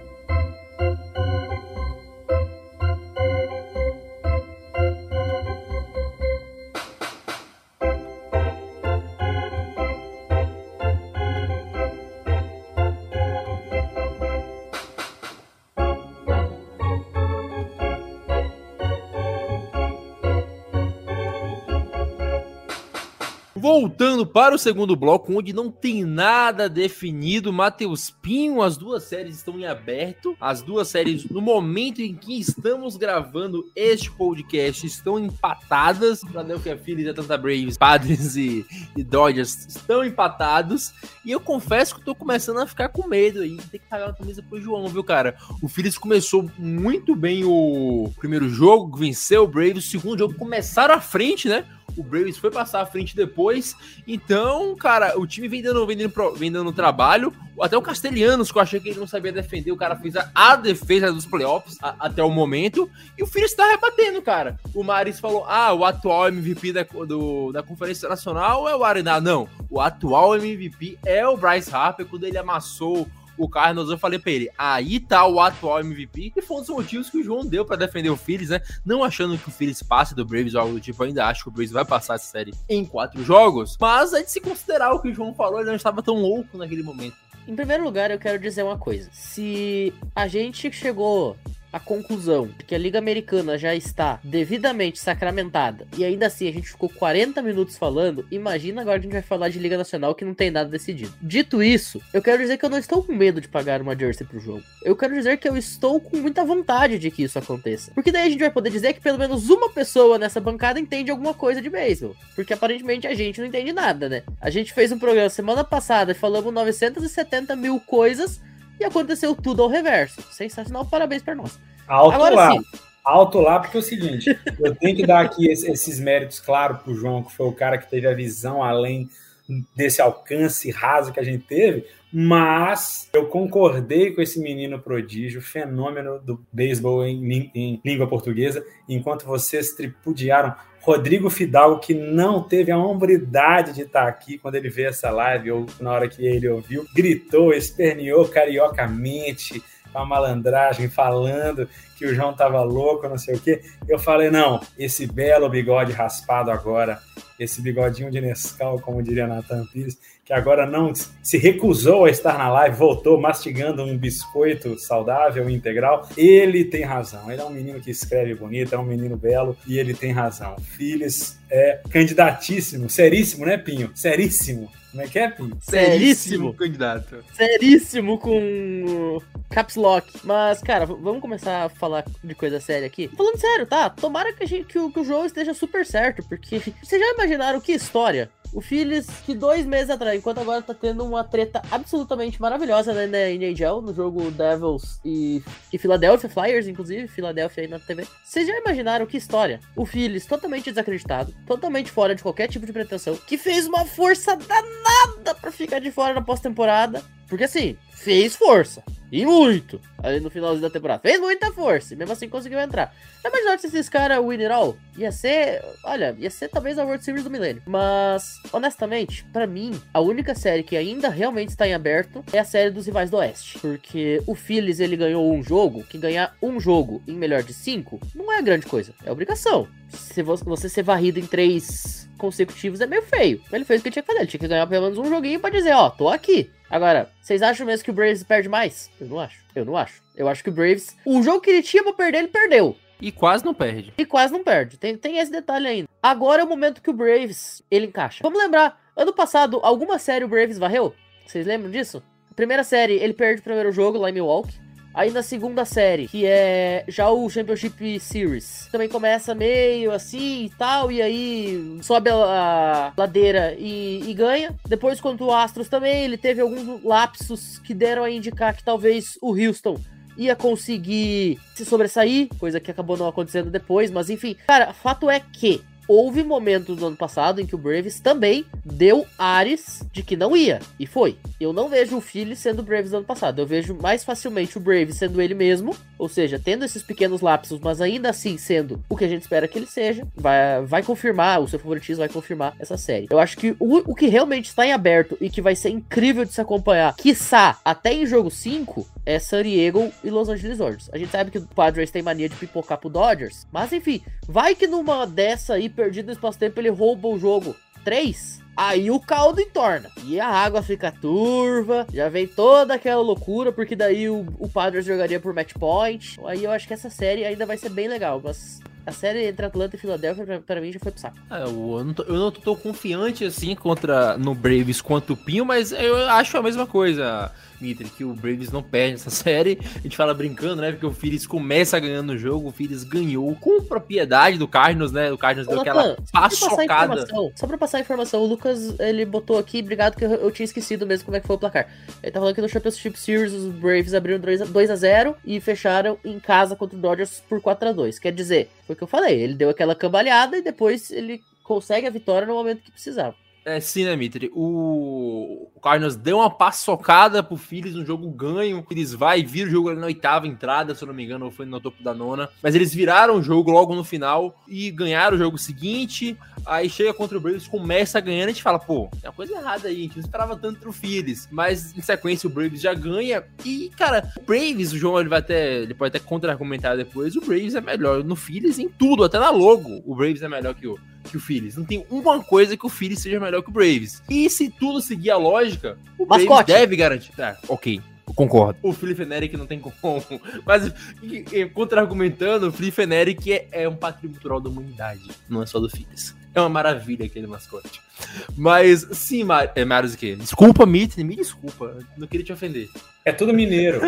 Voltando para o segundo bloco, onde não tem nada definido, Matheus Pinho, as duas séries estão em aberto. As duas séries, no momento em que estamos gravando este podcast, estão empatadas. Philadelphia Phillies, Atlanta Braves, Padres e Dodgers estão empatados. E eu confesso que eu tô começando a ficar com medo aí de ter que pagar uma camisa pro João, viu, cara? O Phillies começou muito bem o primeiro jogo, venceu o Braves. O segundo jogo começaram à frente, né? O Braves foi passar à frente depois. Então, cara, o time vem dando trabalho. Até o Castellanos, que eu achei que ele não sabia defender, o cara fez a defesa dos playoffs até o momento. E o Phillies tá rebatendo, cara. O Maris falou, o atual MVP da Conferência Nacional é o Arenado. Não, o atual MVP é o Bryce Harper. Quando ele amassou o Cardinals, eu falei pra ele, aí tá o atual MVP, e foi um dos motivos que o João deu pra defender o Phillies, né? Não achando que o Phillies passe do Braves ou algo do tipo, ainda acho que o Braves vai passar essa série em 4 jogos, mas é de se considerar o que o João falou, ele não estava tão louco naquele momento. Em primeiro lugar, eu quero dizer uma coisa. Se a gente chegou à conclusão de que a Liga Americana já está devidamente sacramentada e ainda assim a gente ficou 40 minutos falando, imagina agora que a gente vai falar de Liga Nacional que não tem nada decidido. Dito isso, eu quero dizer que eu não estou com medo de pagar uma jersey pro jogo. Eu quero dizer que eu estou com muita vontade de que isso aconteça. Porque daí a gente vai poder dizer que pelo menos uma pessoa nessa bancada entende alguma coisa de beisebol. Porque aparentemente a gente não entende nada, né? A gente fez um programa semana passada e falamos 970 mil coisas e aconteceu tudo ao reverso. Sensacional, parabéns pra nós. Alto lá, porque é o seguinte, eu tenho que dar aqui esses méritos, claro, pro João, que foi o cara que teve a visão além desse alcance raso que a gente teve, mas eu concordei com esse menino prodígio, fenômeno do beisebol em língua portuguesa, enquanto vocês tripudiaram Rodrigo Fidalgo, que não teve a hombridade de estar aqui quando ele veio essa live, ou na hora que ele ouviu, gritou, esperneou cariocamente, com a malandragem, falando que o João tava louco, não sei o quê. Eu falei, não, esse belo bigode raspado agora esse bigodinho de Nescau, como diria Nathan Pires, que agora não se recusou a estar na live, voltou mastigando um biscoito saudável e integral. Ele tem razão. Ele é um menino que escreve bonito, é um menino belo e ele tem razão. Phillies é candidatíssimo, seríssimo, né, Pinho? Seríssimo. Como é que é, Pinho? Seríssimo. Candidato. Seríssimo com caps lock. Mas, cara, vamos começar a falar de coisa séria aqui. Falando sério, tá? Tomara que o João esteja super certo, porque vocês já imaginaram que história? O Phillies, que 2 meses atrás, enquanto agora tá tendo uma treta absolutamente maravilhosa na NHL, no jogo Devils e Philadelphia Flyers, inclusive, Philadelphia aí na TV. Vocês já imaginaram que história? O Phillies totalmente desacreditado, totalmente fora de qualquer tipo de pretensão, que fez uma força danada pra ficar de fora na pós-temporada. Porque assim, fez força. E muito. Ali no finalzinho da temporada. Fez muita força. E mesmo assim conseguiu entrar. Já imaginaram se esses caras win it all? Ia ser talvez a World Series do milênio. Mas, honestamente, pra mim, a única série que ainda realmente está em aberto é a série dos rivais do Oeste. Porque o Phillies, ele ganhou um jogo, que ganhar um jogo em melhor de 5 não é grande coisa. É obrigação. Se você ser varrido em 3 consecutivos é meio feio. Ele fez o que tinha que fazer. Ele tinha que ganhar pelo menos um joguinho pra dizer, ó, tô aqui. Agora, vocês acham mesmo que o Braves perde mais? Eu não acho. Eu acho que o Braves, o jogo que ele tinha pra perder, ele perdeu. E quase não perde. Tem esse detalhe ainda. Agora é o momento que o Braves, ele encaixa. Vamos lembrar, ano passado, alguma série o Braves varreu? Vocês lembram disso? A primeira série, ele perde o primeiro jogo lá em Milwaukee. Aí na segunda série, que é já o Championship Series, também começa meio assim e tal, e aí sobe a ladeira e ganha. Depois, contra o Astros também, ele teve alguns lapsos que deram a indicar que talvez o Houston ia conseguir se sobressair, coisa que acabou não acontecendo depois, mas enfim. Cara, fato é que houve momentos no ano passado em que o Braves também deu ares de que não ia, e foi. Eu não vejo o Phillies sendo o Braves do ano passado, eu vejo mais facilmente o Braves sendo ele mesmo, ou seja, tendo esses pequenos lapsos, mas ainda assim sendo o que a gente espera que ele seja, vai confirmar, o seu favoritismo vai confirmar essa série. Eu acho que o que realmente está em aberto e que vai ser incrível de se acompanhar, quiçá até em jogo 5, é San Diego e Los Angeles Dodgers. A gente sabe que o Padres tem mania de pipocar pro Dodgers, mas enfim, vai que numa dessa aí, perdido no espaço-tempo, ele rouba o jogo 3, aí o caldo entorna. E a água fica turva, já vem toda aquela loucura, porque daí o Padres jogaria por match point. Aí eu acho que essa série ainda vai ser bem legal, mas a série entre Atlanta e Filadélfia, pra mim, já foi pro saco. Eu não tô tão confiante assim no Braves quanto o Pinho, mas eu acho a mesma coisa, Mitri, que o Braves não perde essa série. A gente fala brincando, né? Porque o Phillies começa ganhando o jogo, o Phillies ganhou com propriedade do Cardinals, né? O Cardinals deu aquela paçocada. Só pra passar a informação, o Lucas, ele botou aqui, obrigado, que eu tinha esquecido mesmo como é que foi o placar. Ele tá falando que no Championship Series os Braves abriram 2-0 e fecharam em casa contra o Dodgers por 4-2. Quer dizer, foi o que eu falei, ele deu aquela cambalhada e depois ele consegue a vitória no momento que precisava. É, sim, né, Mitri? O Cardinals deu uma paçocada pro Phillies no jogo ganho. Eles vai e viram o jogo ali na 8ª entrada, se eu não me engano, ou foi no topo da 9ª. Mas eles viraram o jogo logo no final e ganharam o jogo seguinte. Aí chega contra o Braves, começa ganhando, a gente fala, pô, tem uma coisa errada aí, a gente não esperava tanto pro Phillies. Mas em sequência o Braves já ganha. E, cara, o Braves, o João ele pode até contra-argumentar depois, o Braves é melhor no Phillies em tudo, até na logo. O Braves é melhor que o Phillies. Não tem uma coisa que o Phillies seja melhor que o Braves. E se tudo seguir a lógica, o Braves deve garantir. Ok, eu concordo. O Philip Fenerick não tem como. Mas, contra-argumentando, o Philip Fenerick é um patrimônio cultural da humanidade. Não é só do Phillies. É uma maravilha aquele mascote. Mas, sim, Marius, o quê? Desculpa, Mitri, me desculpa. Não queria te ofender. É tudo mineiro.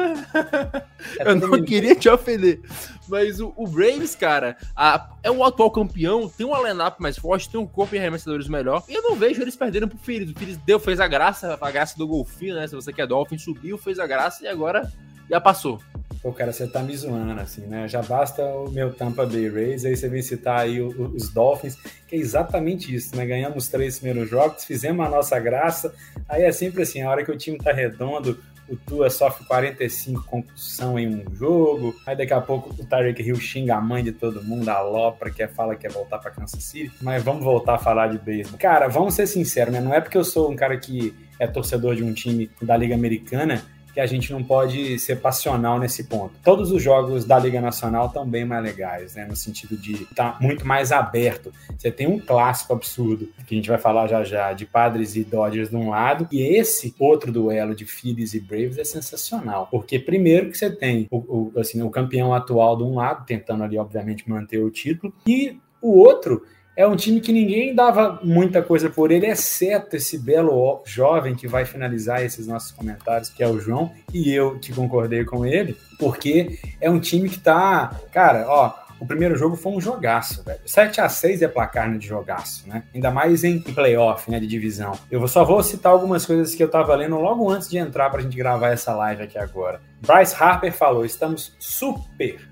Eu não queria te ofender. Mas o Braves, cara, é o atual campeão, tem uma line-up mais forte, tem um corpo de arremessadores melhor. E eu não vejo eles perderem pro Phillies. O Phillies fez a graça do golfinho, né? Se você quer Dolphin, subiu, fez a graça e agora já passou. Pô, cara, você tá me zoando, assim, né? Já basta o meu Tampa Bay Rays, aí você vem citar aí os Dolphins, que é exatamente isso, né? Ganhamos 3 primeiros jogos, fizemos a nossa graça, aí é sempre assim, a hora que o time tá redondo, o Tua sofre 45 concussão em um jogo, aí daqui a pouco o Tyreek Hill xinga a mãe de todo mundo, alopra, fala que quer voltar pra Kansas City, mas vamos voltar a falar de beisebol. Cara, vamos ser sinceros, né? Não é porque eu sou um cara que é torcedor de um time da Liga Americana que a gente não pode ser passional nesse ponto. Todos os jogos da Liga Nacional estão bem mais legais, né? No sentido de estar muito mais aberto. Você tem um clássico absurdo, que a gente vai falar já já, de Padres e Dodgers de um lado, e esse outro duelo de Phillies e Braves é sensacional, porque primeiro que você tem o campeão atual de um lado, tentando ali, obviamente, manter o título, e o outro é um time que ninguém dava muita coisa por ele, exceto esse belo jovem que vai finalizar esses nossos comentários, que é o João, e eu que concordei com ele, porque é um time que tá... Cara, ó, o primeiro jogo foi um jogaço, velho. 7-6 é placar de jogaço, né? Ainda mais em playoff, né, de divisão. Eu só vou citar algumas coisas que eu tava lendo logo antes de entrar pra gente gravar essa live aqui agora. Bryce Harper falou, estamos super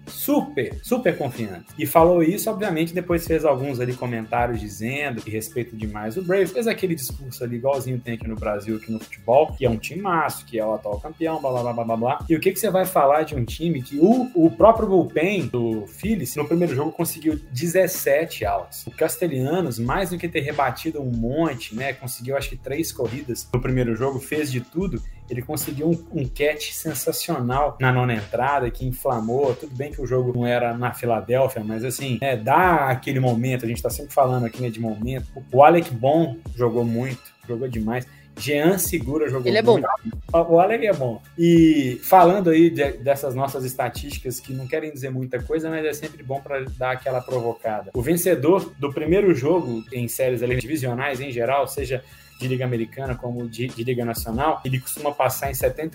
confiantes. E falou isso, obviamente, depois fez alguns ali comentários dizendo que respeita demais o Braves. Fez aquele discurso ali, igualzinho tem aqui no Brasil, aqui no futebol, que é um timaço, que é o atual campeão, blá, blá, blá, blá, blá, blá. E o que você vai falar de um time que o próprio bullpen do Phillies, no primeiro jogo, conseguiu 17 outs. O Castellanos, mais do que ter rebatido um monte, né, conseguiu acho que 3 corridas no primeiro jogo, fez de tudo. Ele conseguiu um catch sensacional na nona entrada, que inflamou. Tudo bem que o jogo não era na Filadélfia, mas assim, dá aquele momento, a gente tá sempre falando aqui, né, de momento. O Alec Bohm jogou muito, jogou demais. Jean Segura jogou ele muito. É bom. O Alec é bom. E falando aí dessas nossas estatísticas que não querem dizer muita coisa, mas é sempre bom para dar aquela provocada. O vencedor do primeiro jogo em séries divisionais em geral, seja de Liga Americana como de Liga Nacional, ele costuma passar em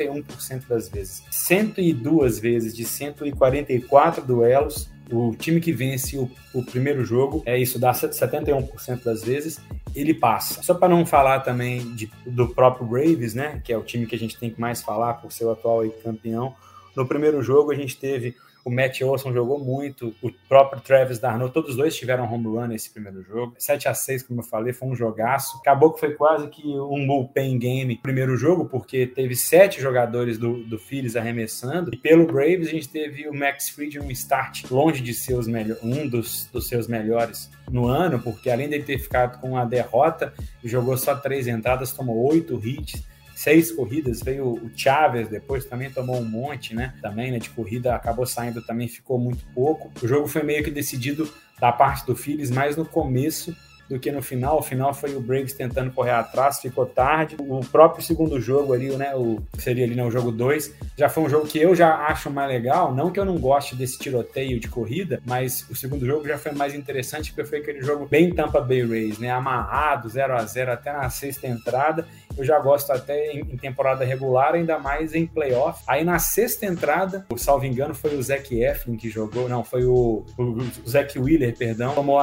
71% das vezes. 102 vezes de 144 duelos, o time que vence o primeiro jogo, isso dá 71% das vezes, ele passa. Só para não falar também do próprio Braves, né, que é o time que a gente tem que mais falar por ser o atual campeão. No primeiro jogo a gente teve o Matt Olson jogou muito, o próprio Travis d'Arnaud, todos os dois tiveram home run nesse primeiro jogo. 7-6, como eu falei, foi um jogaço. Acabou que foi quase que um bullpen game no primeiro jogo, porque teve 7 jogadores do Phillies arremessando. E pelo Braves, a gente teve o Max Fried um start longe de ser um dos seus melhores no ano, porque além de ele ter ficado com uma derrota, jogou só 3 entradas, tomou 8 hits. 6 corridas, veio o Chaves depois, também tomou um monte, né? Também, né, de corrida, acabou saindo, também ficou muito pouco. O jogo foi meio que decidido da parte do Phillies mais no começo do que no final. O final foi o Braves tentando correr atrás, ficou tarde. O próprio segundo jogo ali, né, seria ali, né, o jogo 2, já foi um jogo que eu já acho mais legal, não que eu não goste desse tiroteio de corrida, mas o segundo jogo já foi mais interessante, porque foi aquele jogo bem Tampa Bay Rays, né, amarrado, 0-0 até na 6ª entrada. Eu já gosto até em temporada regular, ainda mais em playoff. Aí na 6ª entrada, salvo engano, foi o Zach Eflin que jogou, não, foi o Zach Wheeler, perdão, tomou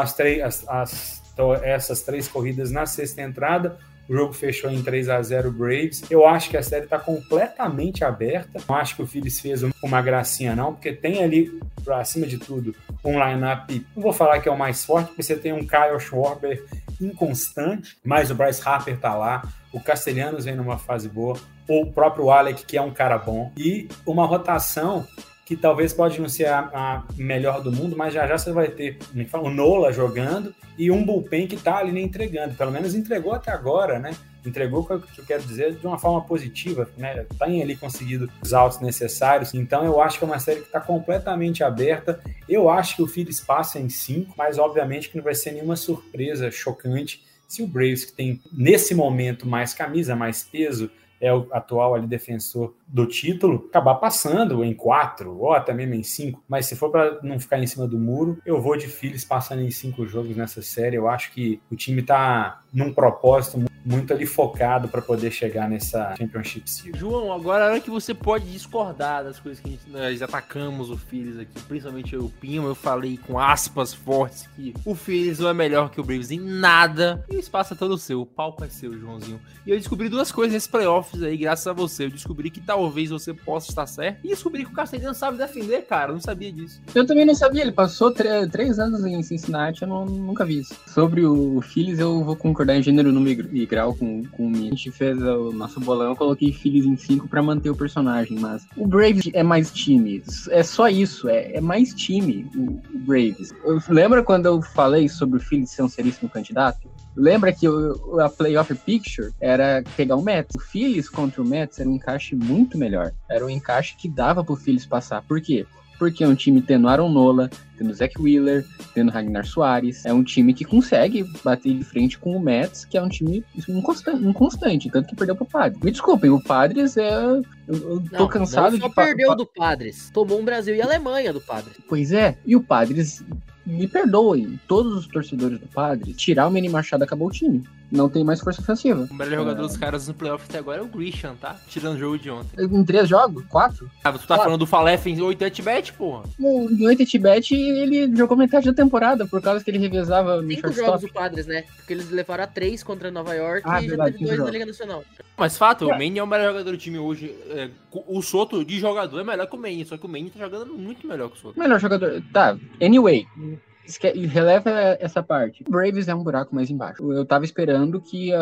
essas 3 corridas na 6ª entrada. O jogo fechou em 3-0 Braves. Eu acho que a série está completamente aberta. Não acho que o Phillies fez uma gracinha, não, porque tem ali, acima de tudo, um line-up, não vou falar que é o mais forte, porque você tem um Kyle Schwarber inconstante, mas o Bryce Harper tá lá, o Castellanos vem numa fase boa, o próprio Alec, que é um cara bom, e uma rotação que talvez pode não ser a melhor do mundo, mas já você vai ter o Nola jogando e um bullpen que tá ali, né, entregando. Pelo menos entregou até agora, né? Entregou, o que eu quero dizer, de uma forma positiva, né? Tem ali conseguido os outs necessários. Então eu acho que é uma série que está completamente aberta. Eu acho que o Phillies passa em 5, mas obviamente que não vai ser nenhuma surpresa chocante se o Braves, que tem nesse momento mais camisa, mais peso, é o atual ali defensor do título, acabar passando em 4 ou até mesmo em 5, mas se for para não ficar em cima do muro, eu vou de Phillies passando em 5 jogos nessa série. Eu acho que o time tá num propósito muito ali focado para poder chegar nessa Championship Series. João, agora é hora que você pode discordar das coisas que nós atacamos o Phillies aqui, principalmente eu, Pinho. Eu falei com aspas fortes que o Phillies não é melhor que o Braves em nada, e o espaço é todo seu, o palco é seu, Joãozinho. E eu descobri 2 coisas nesses playoffs aí, graças a você. Eu descobri que talvez você possa estar certo, e descobri que o Castellanos sabe defender, cara. Eu não sabia disso. Eu também não sabia, ele passou 3 anos em Cincinnati, eu nunca vi isso. Sobre o Phillies, eu vou concordar em gênero, número e grau com o Mi. A gente fez o nosso bolão, eu coloquei Phillies em 5 pra manter o personagem, mas o Braves é mais time, é só isso, é mais time o Braves. Lembra quando eu falei sobre o Phillies ser um seríssimo candidato? Lembra que a playoff picture era pegar o Mets. O Phillies contra o Mets era um encaixe muito melhor. Era um encaixe que dava pro Phillies passar. Por quê? Porque é um time tendo Aaron Nola, tendo Zach Wheeler, tendo Ragnar Soares. É um time que consegue bater de frente com o Mets, que é um time inconstante, tanto que perdeu pro Padres. Me desculpem, o Padres eu tô cansado de... Não só perdeu do Padres, tomou um Brasil e Alemanha do Padres. Pois é, e o Padres... Me perdoem, todos os torcedores do Padres, tirar o Manny Machado acabou o time. Não tem mais força ofensiva. O melhor jogador dos caras no playoff até agora é o Grisham, tá? Tirando o jogo de ontem. Em 3 jogos? 4? Ah, tu tá falando do Falef em 8 at-bat, porra? Em 8 at-bat, ele jogou metade da temporada, por causa que ele revezava no 5 jogos do Padres, né? Porque eles levaram a 3 contra Nova York e verdade, já teve 2 na Liga Nacional. Mas fato, o Manny é o melhor jogador do time hoje. O Soto de jogador é melhor que o Manny, só que o Manny tá jogando muito melhor que o Soto. Melhor jogador... Tá, anyway... Releva essa parte. Braves é um buraco mais embaixo. Eu tava esperando que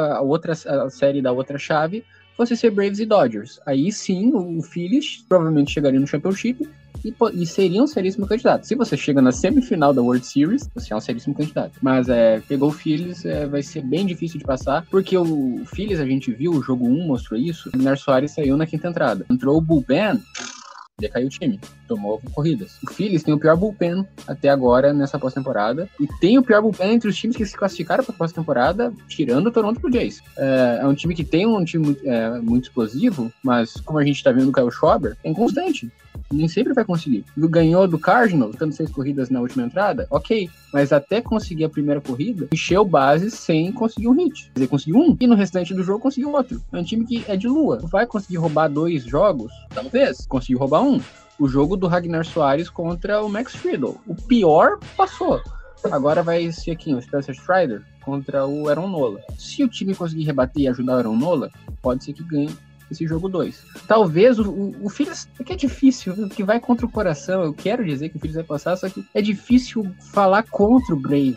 a série da outra chave fosse ser Braves e Dodgers. Aí sim, o Phillies provavelmente chegaria no Championship e seria um seríssimo candidato. Se você chega na semifinal da World Series, você é um seríssimo candidato. Mas pegou o Phillies, vai ser bem difícil de passar, porque o Phillies, a gente viu, o jogo 1 mostrou isso, o Ragnar Soares saiu na quinta entrada. Entrou o bullpen, decaiu o time, tomou corridas. O Phillies tem o pior bullpen até agora nessa pós-temporada, e tem o pior bullpen entre os times que se classificaram para a pós-temporada, tirando o Toronto Blue Jays. É um time que tem um time muito explosivo, mas como a gente tá vendo o Kyle Schwarber, é inconstante. Nem sempre vai conseguir. Ganhou do Cardinals, dando 6 corridas na última entrada, ok. Mas até conseguir a primeira corrida, encheu base sem conseguir um hit. Quer dizer, conseguiu um, e no restante do jogo conseguiu outro. É um time que é de lua. Vai conseguir roubar 2 jogos? Talvez. Conseguiu roubar um. O jogo do Ragnar Soares contra o Max Friedel. O pior passou. Agora vai ser aqui o Spencer Strider contra o Aaron Nola. Se o time conseguir rebater e ajudar o Aaron Nola, pode ser que ganhe esse jogo 2. Talvez o Phillies, é que é difícil, que vai contra o coração. Eu quero dizer que o Phillies vai passar, só que é difícil falar contra o Braves.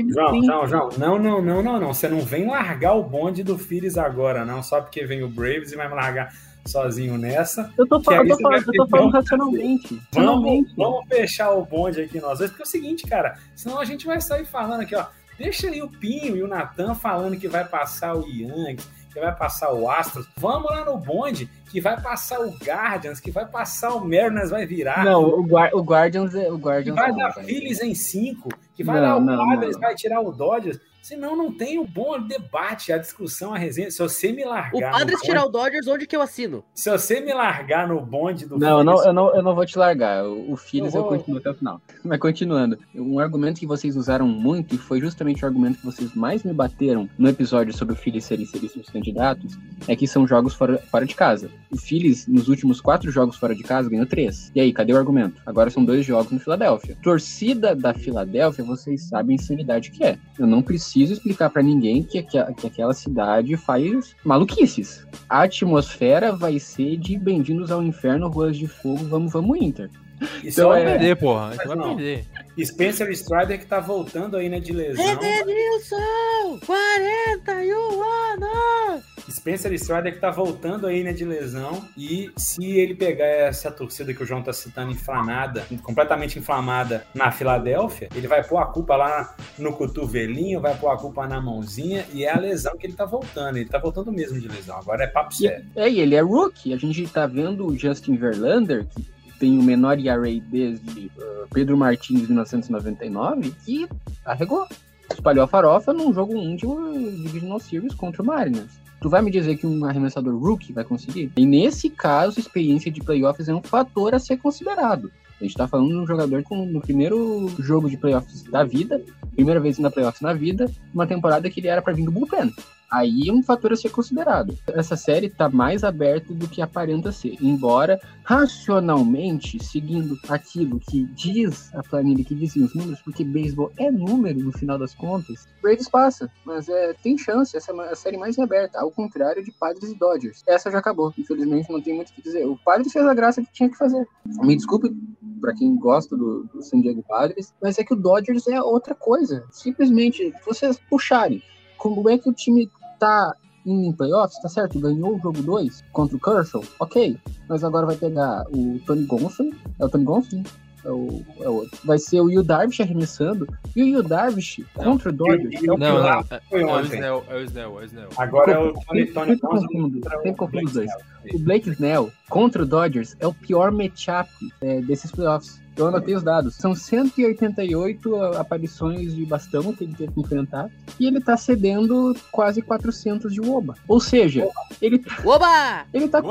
João, não. Você não vem largar o bonde do Phillies agora, não, só porque vem o Braves e vai me largar sozinho nessa. Eu tô falando racionalmente. Vamos fechar o bonde aqui nós dois, porque é o seguinte, cara, senão a gente vai sair falando aqui, ó. Deixa aí o Pinho e o Natan falando que vai passar o Yankees, que vai passar o Astros. Vamos lá no bonde, que vai passar o Guardians, que vai passar o Mariners, vai virar. Não, o Guardians que vai dar Phillies em 5, que vai dar o Padres, vai tirar o Dodgers. Senão não tem o bom debate, a discussão, a resenha. Se você me largar... O Padres tirar o Dodgers, onde que eu assino? Se você me largar no bonde do Phillies... Não, eu não vou te largar. O Phillies eu continuo até o final. Mas continuando. Um argumento que vocês usaram muito, e foi justamente o argumento que vocês mais me bateram no episódio sobre o Phillies serem seríssimos candidatos, é que são jogos fora de casa. O Phillies, nos últimos 4 jogos fora de casa, ganhou 3. E aí, cadê o argumento? Agora são 2 jogos no Filadélfia. Torcida da Filadélfia, vocês sabem a insanidade que é. Eu não preciso explicar pra ninguém que aquela cidade faz maluquices. A atmosfera vai ser de bem-vindos ao inferno, ruas de fogo, vamos Inter. Isso então vai perder, porra. Isso vai perder. Spencer Strider que tá voltando aí, né, de lesão. Edenilson! 41 anos! Spencer Strider que tá voltando aí, né, de lesão. E se ele pegar essa torcida que o João tá citando inflamada, completamente inflamada na Filadélfia, ele vai pôr a culpa lá no cotovelinho, vai pôr a culpa na mãozinha, e é a lesão que ele tá voltando. Ele tá voltando mesmo de lesão. Agora é papo sério. E ele é rookie. A gente tá vendo o Justin Verlander, que tem o menor ERA desde Pedro Martins, 1999, que arregou. Espalhou a farofa num jogo 1 de Divisional Series contra o Mariners. Tu vai me dizer que um arremessador rookie vai conseguir? E nesse caso, a experiência de playoffs é um fator a ser considerado. A gente tá falando de um jogador no primeiro jogo de playoffs da vida, primeira vez na playoffs na vida, uma temporada que ele era pra vir do bullpen. Aí é um fator a ser considerado. Essa série tá mais aberta do que aparenta ser, embora racionalmente, seguindo aquilo que diz a planilha, que dizem os números, porque beisebol é número no final das contas, Braves passa, mas tem chance, essa é a série mais aberta, ao contrário de Padres e Dodgers. Essa já acabou, infelizmente não tem muito o que dizer. O Padres fez a graça que tinha que fazer. Me desculpe pra quem gosta do San Diego Padres, mas é que o Dodgers é outra coisa. Simplesmente, vocês puxarem como é que o time tá indo em playoffs, tá certo? Ganhou o jogo 2 contra o Kershaw, ok. Mas agora vai pegar o Tony Gonsolin. É o Tony Gonsolin? é o outro. Vai ser o Yu Darvish arremessando. E o Yu Darvish contra o Dodgers. Não, Foi é o ontem. Snell, é o Snell. Agora é o Tony Sempre Jones. confundo os dois. O Blake Snell contra o Dodgers é o pior matchup desses playoffs. Eu anotei os dados. São 188 aparições de bastão que ele teve que enfrentar. E ele tá cedendo quase 400 de WOBA. Ou seja, ele tá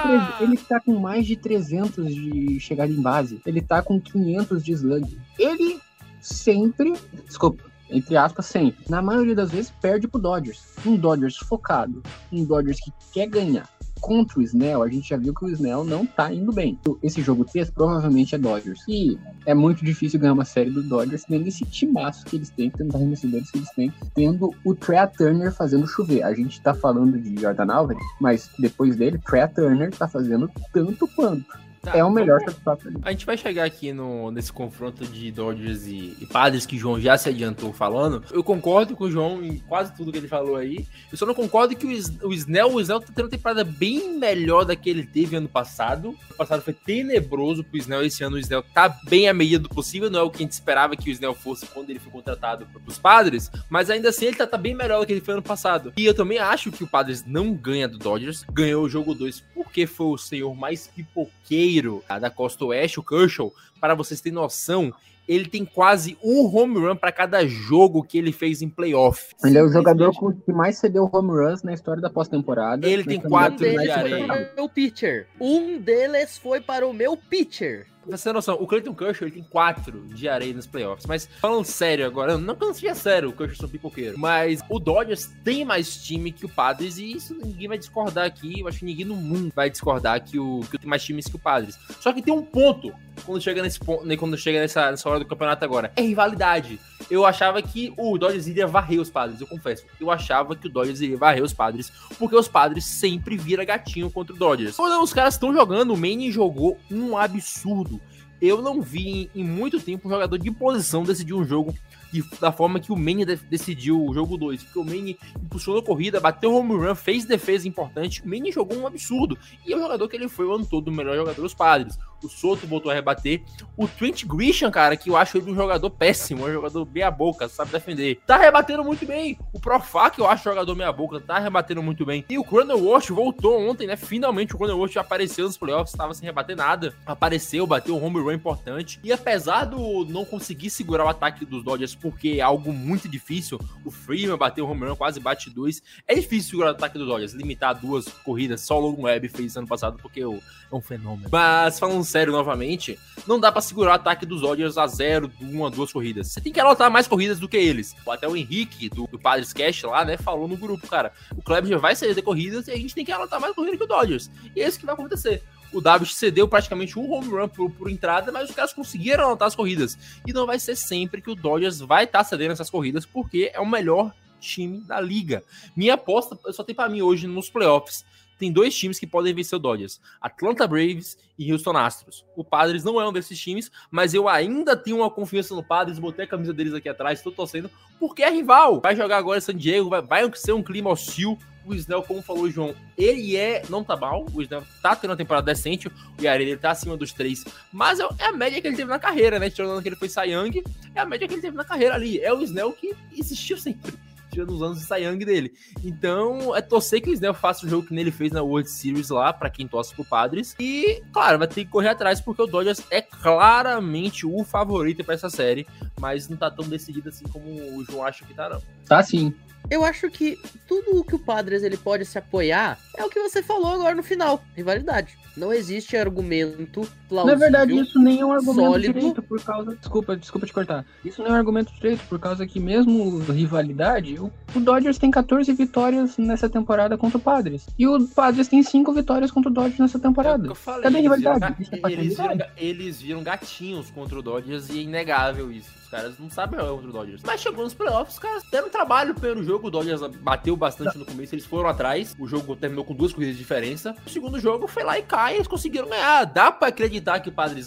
com mais de 300 de chegada em base. Ele tá com 500 de slug. Ele sempre... Desculpa. Entre aspas, sempre. Na maioria das vezes, perde pro Dodgers. Um Dodgers focado. Um Dodgers que quer ganhar. Contra o Snell, a gente já viu que o Snell não tá indo bem. Esse jogo 3 provavelmente é Dodgers. E é muito difícil ganhar uma série do Dodgers tendo esse timaço que eles têm, tendo os arremessadores que eles têm, tendo o Trea Turner fazendo chover. A gente tá falando de Jordan Alvarez, mas depois dele, Trea Turner tá fazendo tanto quanto. Tá, é o melhor shortstop ali. A gente vai chegar aqui nesse confronto de Dodgers e Padres que o João já se adiantou falando. Eu concordo com o João em quase tudo que ele falou aí. Eu só não concordo que o Snell tá tendo uma temporada bem melhor da que ele teve ano passado. O passado foi tenebroso pro Snell. Esse ano o Snell tá bem à medida do possível. Não é o que a gente esperava que o Snell fosse quando ele foi contratado pros Padres. Mas ainda assim ele tá bem melhor do que ele foi ano passado. E eu também acho que o Padres não ganha do Dodgers. Ganhou o jogo 2 porque foi o senhor mais pipoqueiro da Costa Oeste, o Kershaw. Para vocês terem noção, ele tem quase um home run para cada jogo que ele fez em playoff. Ele é o jogador que mais cedeu home runs na história da pós-temporada. Ele tem 4 de Foi areia. para o meu pitcher. Um deles foi para o meu pitcher. Pra você ter noção, o Clayton Kershaw ele tem 4 de areia nos playoffs. Mas falando sério agora, não que não seja sério, o Kershaw é um pipoqueiro. Mas o Dodgers tem mais time que o Padres e isso ninguém vai discordar aqui. Eu acho que ninguém no mundo vai discordar que tem mais times que o Padres. Só que tem um ponto quando chega nesse ponto, quando chega nessa hora do campeonato agora. É rivalidade. Eu achava que o Dodgers iria varrer os Padres, eu confesso. Eu achava que o Dodgers iria varrer os Padres, porque os Padres sempre vira gatinho contra o Dodgers. Quando os caras estão jogando, o Manny jogou um absurdo. Eu não vi em muito tempo um jogador de posição decidir um jogo da forma que o Manny decidiu o jogo 2, porque o Manny impulsionou a corrida, bateu home run, fez defesa importante. O Manny jogou um absurdo, e é o jogador que ele foi o ano todo o melhor jogador dos Padres. O Soto voltou a rebater. O Trent Grisham, cara, que eu acho ele um jogador péssimo, um jogador meia-boca, sabe defender. Tá rebatendo muito bem. O Profá, que eu acho jogador meia-boca, tá rebatendo muito bem. E o Cronenworth voltou ontem, né? Finalmente o Cronenworth já apareceu nos playoffs, tava sem rebater nada. Apareceu, bateu um home run importante. E apesar do não conseguir segurar o ataque dos Dodgers, porque é algo muito difícil, o Freeman bateu um home run, quase bate 2. É difícil segurar o ataque dos Dodgers, limitar 2 corridas. Só o Logan Webb fez ano passado, porque é um fenômeno. Mas falando sério novamente, não dá pra segurar o ataque dos Dodgers a 0, 1 a 2 corridas. Você tem que anotar mais corridas do que eles. Até o Henrique, do Padres Cash lá, né, falou no grupo, cara, o Kleber já vai ceder corridas e a gente tem que anotar mais corridas que o Dodgers. E é isso que vai acontecer. O Davis cedeu praticamente um home run por entrada, mas os caras conseguiram anotar as corridas. E não vai ser sempre que o Dodgers vai estar cedendo essas corridas, porque é o melhor time da liga. Minha aposta só tem pra mim hoje nos playoffs. Tem 2 times que podem vencer o Dodgers: Atlanta Braves e Houston Astros. O Padres não é um desses times, mas eu ainda tenho uma confiança no Padres. Botei a camisa deles aqui atrás, estou torcendo, porque é rival. Vai jogar agora em San Diego, vai ser um clima hostil. O Snell, como falou o João, ele não tá mal. O Snell tá tendo uma temporada decente. O Yari, ele tá acima dos 3. Mas é a média que ele teve na carreira, né? Tirando que ele foi Cy Young, é a média que ele teve na carreira ali. É o Snell que existiu sempre, tirando os anos de Cy Young dele. Então, é torcer que o Snell faça o jogo que ele fez na World Series lá, pra quem torce pro Padres. E, claro, vai ter que correr atrás, porque o Dodgers é claramente o favorito pra essa série, mas não tá tão decidido assim como o João acha que tá, não. Tá sim. Eu acho que tudo o que o Padres ele pode se apoiar é o que você falou agora no final, rivalidade. Não existe argumento plausível. Na verdade, isso nem é um argumento sólido. direito por causa... Desculpa te cortar. Isso não é um argumento direito por causa que mesmo rivalidade, o Dodgers tem 14 vitórias nessa temporada contra o Padres. E o Padres tem 5 vitórias contra o Dodgers nessa temporada. É o que eu falei, Cadê a rivalidade? Eles viram gatinhos contra o Dodgers e é inegável isso. Os caras não sabem jogar contra o Dodgers. Mas chegou nos playoffs, os caras deram trabalho no primeiro jogo. O Dodgers bateu bastante no começo, eles foram atrás. O jogo terminou com 2 corridas de diferença. O segundo jogo foi lá e cai, eles conseguiram ganhar. Dá pra acreditar que o Padres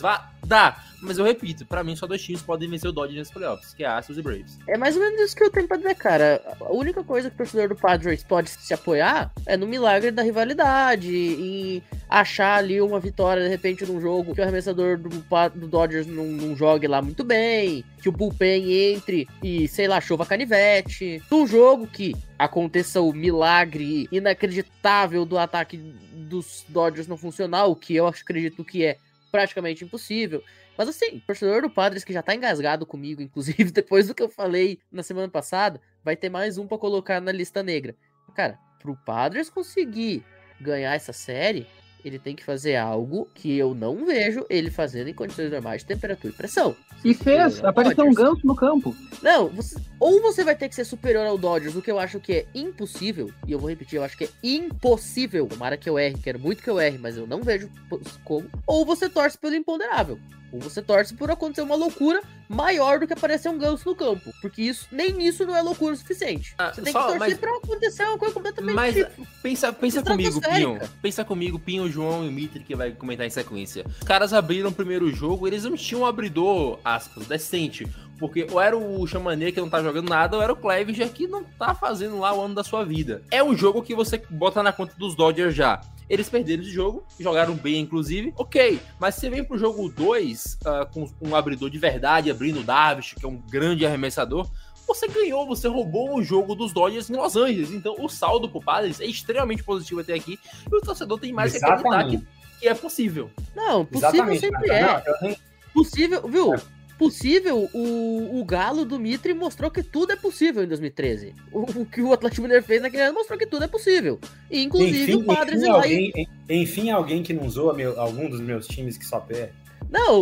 Dá, mas eu repito, pra mim só 2 times podem vencer o Dodgers nesses playoffs, que é Astros e Braves. É mais ou menos isso que eu tenho pra dizer, cara. A única coisa que o torcedor do Padres pode se apoiar é no milagre da rivalidade, em achar ali uma vitória, de repente, num jogo que o arremessador do Dodgers não jogue lá muito bem, que o bullpen entre e, sei lá, chova canivete. Num jogo que aconteça o milagre inacreditável do ataque dos Dodgers não funcionar, o que eu acredito que é praticamente impossível. Mas assim, o torcedor do Padres que já tá engasgado comigo, inclusive depois do que eu falei na semana passada, vai ter mais um pra colocar na lista negra. Cara, pro Padres conseguir ganhar essa série, ele tem que fazer algo que eu não vejo ele fazendo em condições normais de temperatura e pressão. E fez, apareceu um ganso no campo. Não, ou você vai ter que ser superior ao Dodgers, o que eu acho que é impossível, e eu vou repetir, eu acho que é impossível, tomara que eu erre, quero muito que eu erre, mas eu não vejo como, ou você torce pelo imponderável. Ou você torce por acontecer uma loucura maior do que aparecer um ganso no campo. Porque nem isso não é loucura o suficiente. Você tem que torcer pra acontecer uma coisa completamente... Mas pensa comigo, Pinho. cara. Pensa comigo, Pinho, João e o Mitri, que vai comentar em sequência. Os caras abriram o primeiro jogo, eles não tinham um abridor, aspas, decente. Porque ou era o Chamané que não tá jogando nada, ou era o Clevinger que não tá fazendo lá o ano da sua vida. É um jogo que você bota na conta dos Dodgers já. Eles perderam esse jogo, jogaram bem, inclusive. Ok, mas você vem pro jogo 2 com um abridor de verdade, abrindo o Darvish, que é um grande arremessador. Você ganhou, você roubou o jogo dos Dodgers em Los Angeles. Então o saldo pro Padres é extremamente positivo até aqui. E o torcedor tem mais que acreditar que é possível. Não, possível sempre é. Possível, viu? Possível, o Galo do Mitre mostrou que tudo é possível em 2013. O que o Atlético Mineiro fez naquele ano mostrou que tudo é possível. E, inclusive, o Padres... Enfim, alguém que não zoa algum dos meus times que só perde. Não,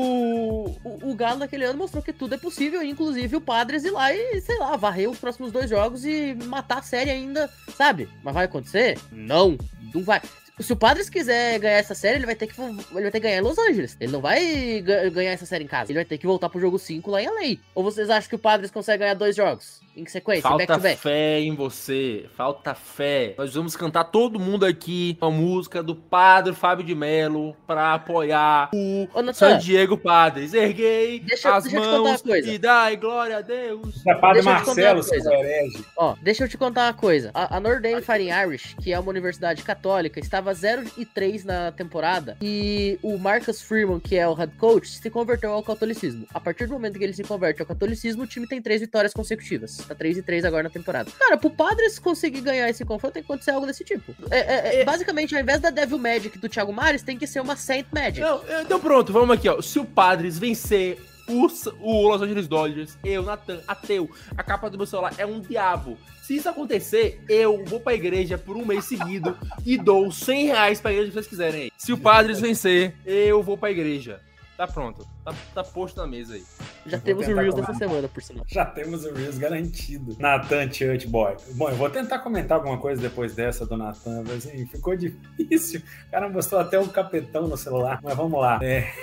o Galo naquele ano mostrou que tudo é possível, inclusive o Padres ir lá e, sei lá, varrer os próximos 2 jogos e matar a série ainda, sabe? Mas vai acontecer? Não vai. Se o Padres quiser ganhar essa série, ele vai ter que ganhar em Los Angeles. Ele não vai ganhar essa série em casa. Ele vai ter que voltar pro jogo 5 lá em LA. Ou vocês acham que o Padres consegue ganhar 2 jogos em sequência, falta back-to-back? Fé em você, falta fé. Nós vamos cantar todo mundo aqui a música do Padre Fábio de Mello pra apoiar o San Diego Padres. Erguei as mãos e dai glória a Deus. É Padre Marcelo, seu herege. Ó, deixa eu te contar uma coisa. A Notre Dame Fighting Irish, que é uma universidade católica, estava 0-3 na temporada e o Marcus Freeman, que é o head coach, se converteu ao catolicismo. A partir do momento que ele se converte ao catolicismo, o time tem 3 vitórias consecutivas. Tá 3-3 agora na temporada. Cara, pro Padres conseguir ganhar esse confronto, tem que acontecer algo desse tipo. Basicamente, ao invés da Devil Magic do Thiago Mares, tem que ser uma Saint Magic. Não, então pronto, vamos aqui, ó. Se o Padres vencer o Los Angeles Dodgers, eu, Natan, ateu, a capa do meu celular é um diabo. Se isso acontecer, eu vou pra igreja por um mês seguido e dou R$100 pra igreja que vocês quiserem aí. Se o Padres vencer, eu vou pra igreja. Tá pronto. Tá posto na mesa aí. Já temos o Reels dessa semana, por sinal. Já temos o Reels garantido. Nathan Church Boy. Bom, eu vou tentar comentar alguma coisa depois dessa do Nathan, mas assim, ficou difícil. O cara mostrou até o capetão no celular. Mas vamos lá.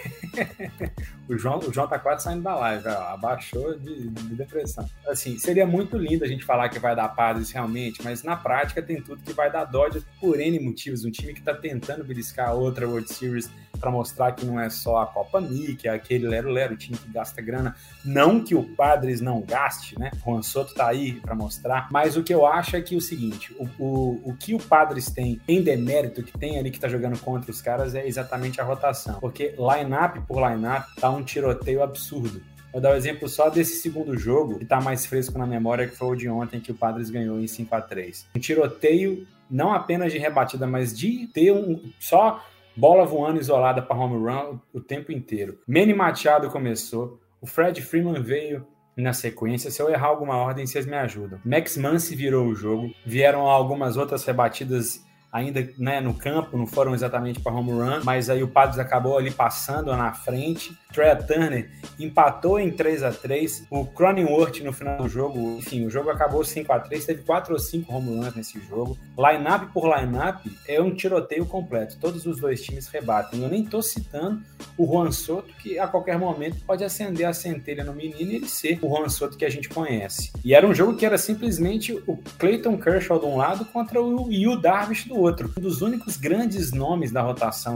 O João tá quase saindo da live, ó. Abaixou de depressão. Assim, seria muito lindo a gente falar que vai dar Padres realmente, mas na prática tem tudo que vai dar Dodgers por N motivos. Um time que tá tentando beliscar outra World Series para mostrar que não é só a Copa Mickey, é aquele lero-lero, o time que gasta grana. Não que o Padres não gaste, né? O Juan Soto tá aí para mostrar, mas o que eu acho é que o seguinte, o que o Padres tem em demérito, que tem ali que tá jogando contra os caras, é exatamente a rotação, porque line-up por line-up tá um tiroteio absurdo. Vou dar um exemplo só desse segundo jogo, que tá mais fresco na memória, que foi o de ontem, que o Padres ganhou em 5-3. Um tiroteio não apenas de rebatida, mas de ter só bola voando isolada para home run o tempo inteiro. Manny Machado começou, o Fred Freeman veio na sequência. Se eu errar alguma ordem, vocês me ajudam. Max Muncy virou o jogo, vieram algumas outras rebatidas ainda, né, no campo, não foram exatamente para home run, mas aí o Padres acabou ali passando na frente. Trea Turner empatou em 3-3. O Cronenworth no final do jogo, enfim, o jogo acabou 5-3, teve 4 ou 5 home runs nesse jogo. Line-up por line-up é um tiroteio completo, todos os dois times rebatem. Eu nem tô citando o Juan Soto, que a qualquer momento pode acender a centelha no menino e ele ser o Juan Soto que a gente conhece. E era um jogo que era simplesmente o Clayton Kershaw de um lado contra o Yu Darvish do outro. Um dos únicos grandes nomes da rotação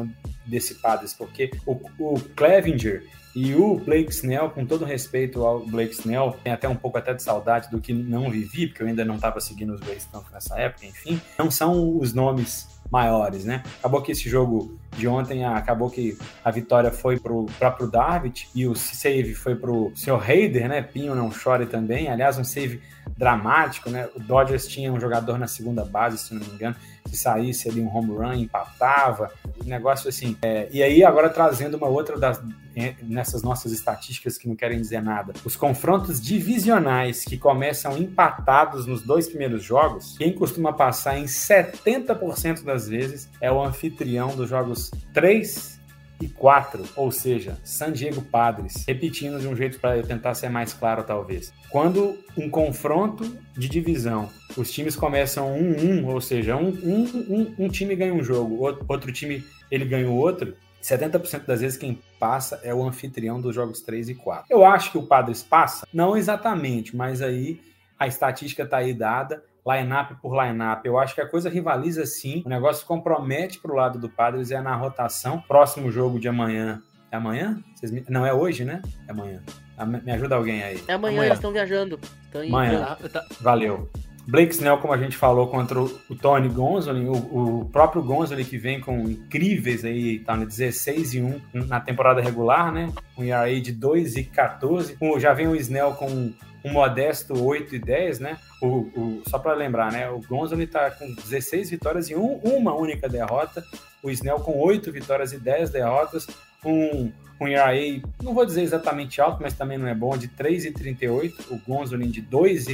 desse Padres, porque o Clevinger e o Blake Snell, com todo respeito ao Blake Snell, tem até um pouco até de saudade do que não vivi, porque eu ainda não estava seguindo os Rays tanto nessa época, enfim, não são os nomes maiores, né? Acabou que esse jogo de ontem, acabou que a vitória foi pro próprio Darvish e o save foi pro Sr. Hader, né? Pinho não chore também, aliás, um save dramático, né? O Dodgers tinha um jogador na segunda base, se não me engano, se saísse ali um home run, empatava, um negócio assim. E aí, agora trazendo uma outra nessas nossas estatísticas que não querem dizer nada, os confrontos divisionais que começam empatados nos 2 primeiros jogos, quem costuma passar em 70% das vezes é o anfitrião dos jogos 3 e 4, ou seja, San Diego Padres. Repetindo de um jeito para eu tentar ser mais claro, talvez. Quando um confronto de divisão, os times começam 1-1, ou seja, um time ganha um jogo, outro time ele ganha o outro, 70% das vezes quem passa é o anfitrião dos jogos 3 e 4. Eu acho que o Padres passa, não exatamente, mas aí a estatística está aí dada, line-up por line-up. Eu acho que a coisa rivaliza sim, o negócio compromete para o lado do Padres é na rotação. Próximo jogo de amanhã. É amanhã? Não, é hoje, né? É amanhã. Me ajuda alguém aí. É amanhã. Eles estão viajando. Amanhã. Valeu. Blake Snell, como a gente falou, contra o Tony Gonsolin, o próprio Gonsolin que vem com incríveis aí, tá no 16-1 na temporada regular, né? Um ERA de 2,14. Já vem o Snell com um modesto 8-10, né? Só para lembrar, né? O Gonsolin tá com 16 vitórias e uma única derrota. O Snell com 8 vitórias e 10 derrotas. Um ERA, não vou dizer exatamente alto, mas também não é bom, de 3,38, o Gonsolin de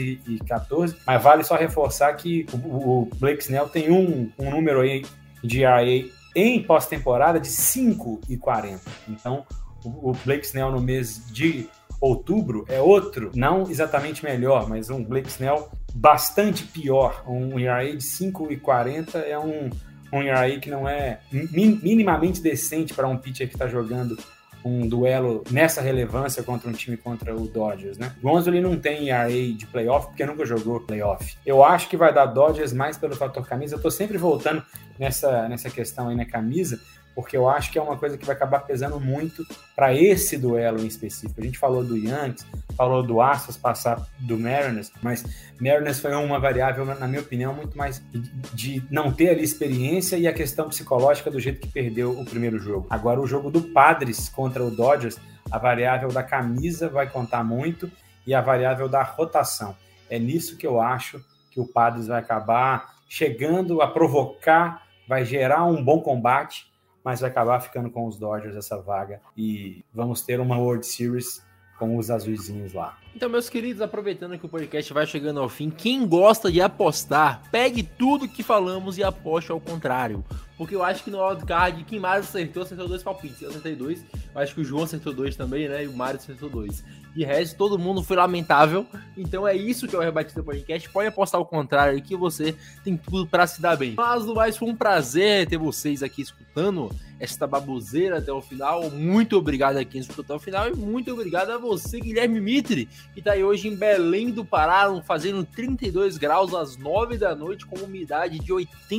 2,14, mas vale só reforçar que o Blake Snell tem um número aí de ERA em pós-temporada de 5,40. Então, o Blake Snell no mês de outubro é outro, não exatamente melhor, mas um Blake Snell bastante pior. Um ERA de 5,40 é um ERA que não é minimamente decente para um pitcher que está jogando um duelo nessa relevância contra um time contra o Dodgers, né? Gonsolin não tem ERA de playoff porque nunca jogou playoff. Eu acho que vai dar Dodgers mais pelo fator camisa. Eu tô sempre voltando nessa questão aí na camisa, porque eu acho que é uma coisa que vai acabar pesando muito para esse duelo em específico. A gente falou do Yankees, falou do Astros passar do Mariners, mas Mariners foi uma variável, na minha opinião, muito mais de não ter ali experiência e a questão psicológica do jeito que perdeu o primeiro jogo. Agora, o jogo do Padres contra o Dodgers, a variável da camisa vai contar muito e a variável da rotação. É nisso que eu acho que o Padres vai acabar chegando a provocar, vai gerar um bom combate, mas vai acabar ficando com os Dodgers essa vaga e vamos ter uma World Series com os azulzinhos lá. Então, meus queridos, aproveitando que o podcast vai chegando ao fim, quem gosta de apostar, pegue tudo que falamos e aposte ao contrário. Porque eu acho que no wildcard, quem mais acertou 2 palpites. Eu acertei 2, eu acho que o João acertou 2 também, né? E o Mário acertou 2. De resto, todo mundo foi lamentável. Então é isso que é o Rebatida Podcast. Pode apostar ao contrário aí que você tem tudo pra se dar bem. Mas no mais, foi um prazer ter vocês aqui escutando esta baboseira até o final. Muito obrigado a quem escutou até o final e muito obrigado a você, Guilherme Mitre, que tá aí hoje em Belém do Pará, fazendo 32 graus às 9 da noite com umidade de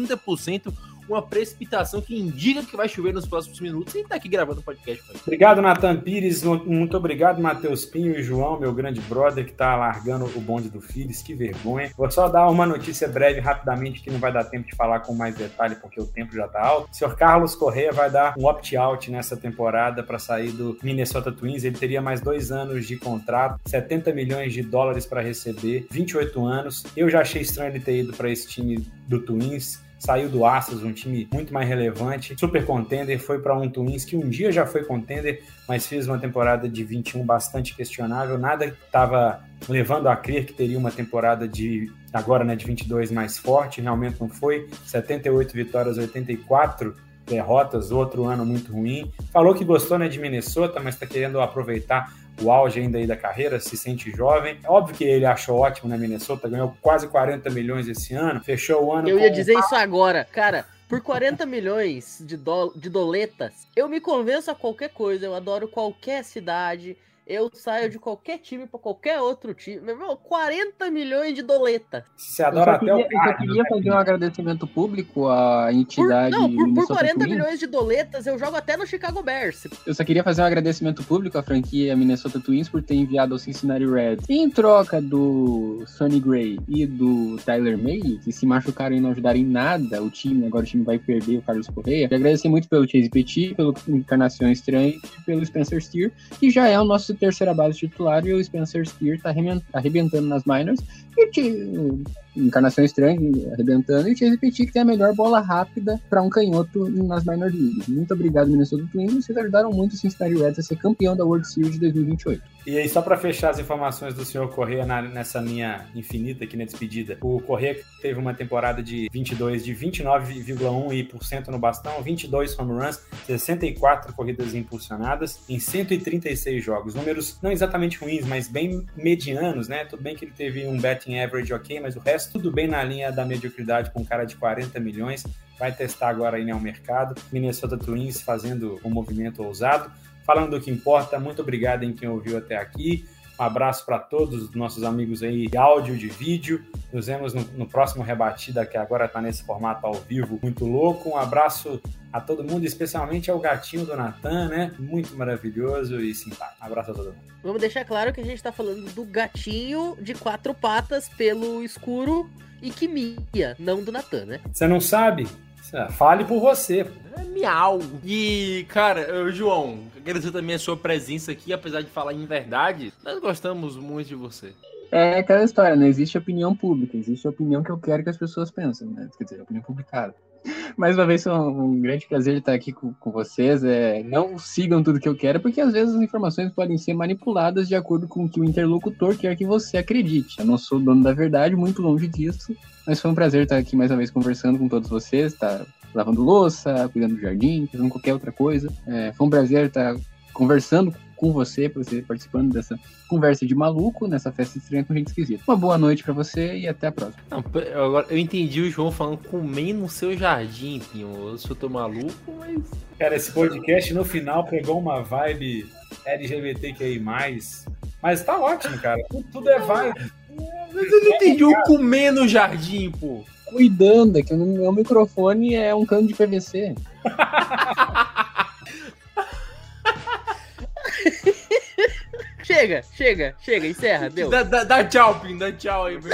80%. Uma precipitação que indica que vai chover nos próximos minutos e tá aqui gravando o podcast. Obrigado, Nathan Pires. Muito obrigado, Matheus Pinho e João, meu grande brother, que tá largando o bonde do Phillies. Que vergonha. Vou só dar uma notícia breve, rapidamente, que não vai dar tempo de falar com mais detalhe, porque o tempo já tá alto. O senhor Carlos Correa vai dar um opt-out nessa temporada para sair do Minnesota Twins. Ele teria mais 2 anos de contrato, 70 milhões de dólares para receber, 28 anos. Eu já achei estranho ele ter ido para esse time do Twins. Saiu do Astros, um time muito mais relevante, super contender, foi para um Twins que um dia já foi contender, mas fez uma temporada de 21 bastante questionável, nada estava levando a crer que teria uma temporada de 22 mais forte, realmente não foi, 78 vitórias, 84 derrotas, outro ano muito ruim. Falou que gostou, né, de Minnesota, mas está querendo aproveitar o auge ainda aí da carreira, se sente jovem. É óbvio que ele achou ótimo na Minnesota, ganhou quase 40 milhões esse ano, fechou o ano Eu ia dizer isso agora, cara. Por 40 milhões de doletas, eu me convenço a qualquer coisa. Eu adoro qualquer cidade. eu saio de qualquer time pra qualquer outro time. Meu irmão, 40 milhões de doleta. Você adora até o Eu só queria fazer um agradecimento público à entidade. Por Minnesota 40 Twins. milhões de doletas, eu jogo até no Chicago Bears. Eu só queria fazer um agradecimento público à franquia Minnesota Twins por ter enviado ao Cincinnati Reds, em troca do Sonny Gray e do Tyler May, que se machucaram e não ajudaram em nada o time, agora o time vai perder o Carlos Correa. E agradecer muito pelo Chase Petit, pelo Encarnação Estranha e pelo Spencer Steer, que já é o nosso terceira base titular, e o Spencer Steer tá arrebentando nas minors, e o Encarnação Estranha arrebentando, e o Chase Petit, que tem a melhor bola rápida para um canhoto nas minor leagues. Muito obrigado, Minnesota Twins, vocês ajudaram muito o Cincinnati Reds a ser campeão da World Series de 2028. E aí, só para fechar as informações do senhor Correa nessa linha infinita aqui na despedida, o Correa teve uma temporada de 29,1% no bastão, 22 home runs, 64 corridas impulsionadas em 136 jogos. Números não exatamente ruins, mas bem medianos, né? Tudo bem que ele teve um batting average ok, mas o resto tudo bem na linha da mediocridade com um cara de 40 milhões. Vai testar agora aí no mercado. Minnesota Twins fazendo um movimento ousado. Falando do que importa, muito obrigado em quem ouviu até aqui. Um abraço para todos os nossos amigos aí de áudio, de vídeo. Nos vemos no próximo Rebatida, que agora está nesse formato ao vivo muito louco. Um abraço a todo mundo, especialmente ao gatinho do Natan, né? Muito maravilhoso e simpático. Um abraço a todo mundo. Vamos deixar claro que a gente tá falando do gatinho de 4 patas pelo escuro e que mia, não do Natan, né? Você não sabe? Fale por você. É miau. E, cara, João, agradecer também a sua presença aqui, apesar de falar em verdade, nós gostamos muito de você. É aquela história, não existe opinião pública, existe a opinião que eu quero que as pessoas pensem, né? Quer dizer, opinião publicada. Mais uma vez, é um grande prazer estar aqui com vocês. Não sigam tudo que eu quero, porque às vezes as informações podem ser manipuladas de acordo com o que o interlocutor quer que você acredite. Eu não sou dono da verdade, muito longe disso, mas foi um prazer estar aqui mais uma vez conversando com todos vocês, tá lavando louça, cuidando do jardim, fazendo qualquer outra coisa. Foi um prazer estar conversando com você participando dessa conversa de maluco, nessa festa estranha com gente esquisita. Uma boa noite pra você e até a próxima. Não, agora eu entendi o João falando comer no seu jardim, Pinho. Eu sou tão maluco, mas... Cara, esse podcast no final pegou uma vibe LGBTQI+, mas tá ótimo, cara. Tudo é vibe. Mas eu não entendi o comer no jardim, pô. Cuidando, é que o meu microfone é um cano de PVC. Chega, encerra, deu. Dá tchau, Pim, dá tchau aí.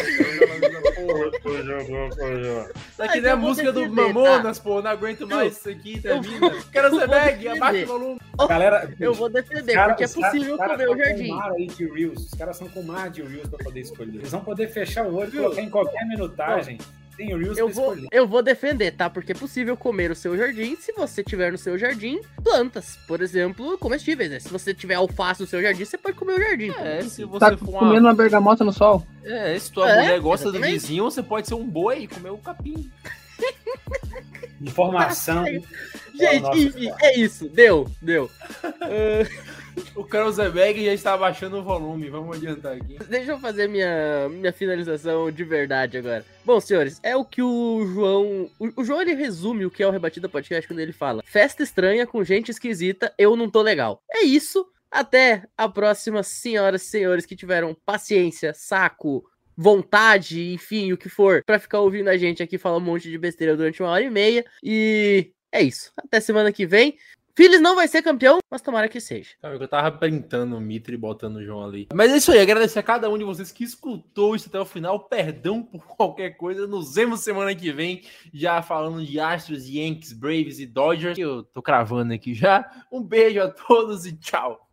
Daqui nem a música do Mamonas, pô, não aguento mais isso aqui, termina. Quero ser bag, abaixa o volume. Galera, eu vou defender, porque é possível comer o jardim. Os caras são com mar de Reels pra poder escolher. Eles vão poder fechar o olho e colocar em qualquer minutagem. Tem o Reels pra escolher. Eu vou defender, tá? Porque é possível comer o seu jardim se você tiver no seu jardim plantas. Por exemplo, comestíveis, né? Se você tiver alface no seu jardim, você pode comer o jardim. Se você tá for comendo uma bergamota no sol. Se tua mulher gosta exatamente. do vizinho, você pode ser um boi e comer o capim. Informação. Gente, enfim, é isso. Deu. O Carlsberg já está abaixando o volume. Vamos adiantar aqui. Deixa eu fazer minha finalização de verdade agora. Bom, senhores, é o que o João... O João, ele resume o que é o Rebatida Podcast quando ele fala: festa estranha com gente esquisita, eu não tô legal. É isso. Até a próxima, senhoras e senhores que tiveram paciência, saco, vontade, enfim, o que for, pra ficar ouvindo a gente aqui falar um monte de besteira durante 1h30. E é isso. Até semana que vem. Phillies não vai ser campeão, mas tomara que seja. Eu tava printando o Mitre e botando o João ali. Mas é isso aí, agradecer a cada um de vocês que escutou isso até o final. Perdão por qualquer coisa. Nos vemos semana que vem, já falando de Astros, Yankees, Braves e Dodgers. Eu tô cravando aqui já. Um beijo a todos e tchau.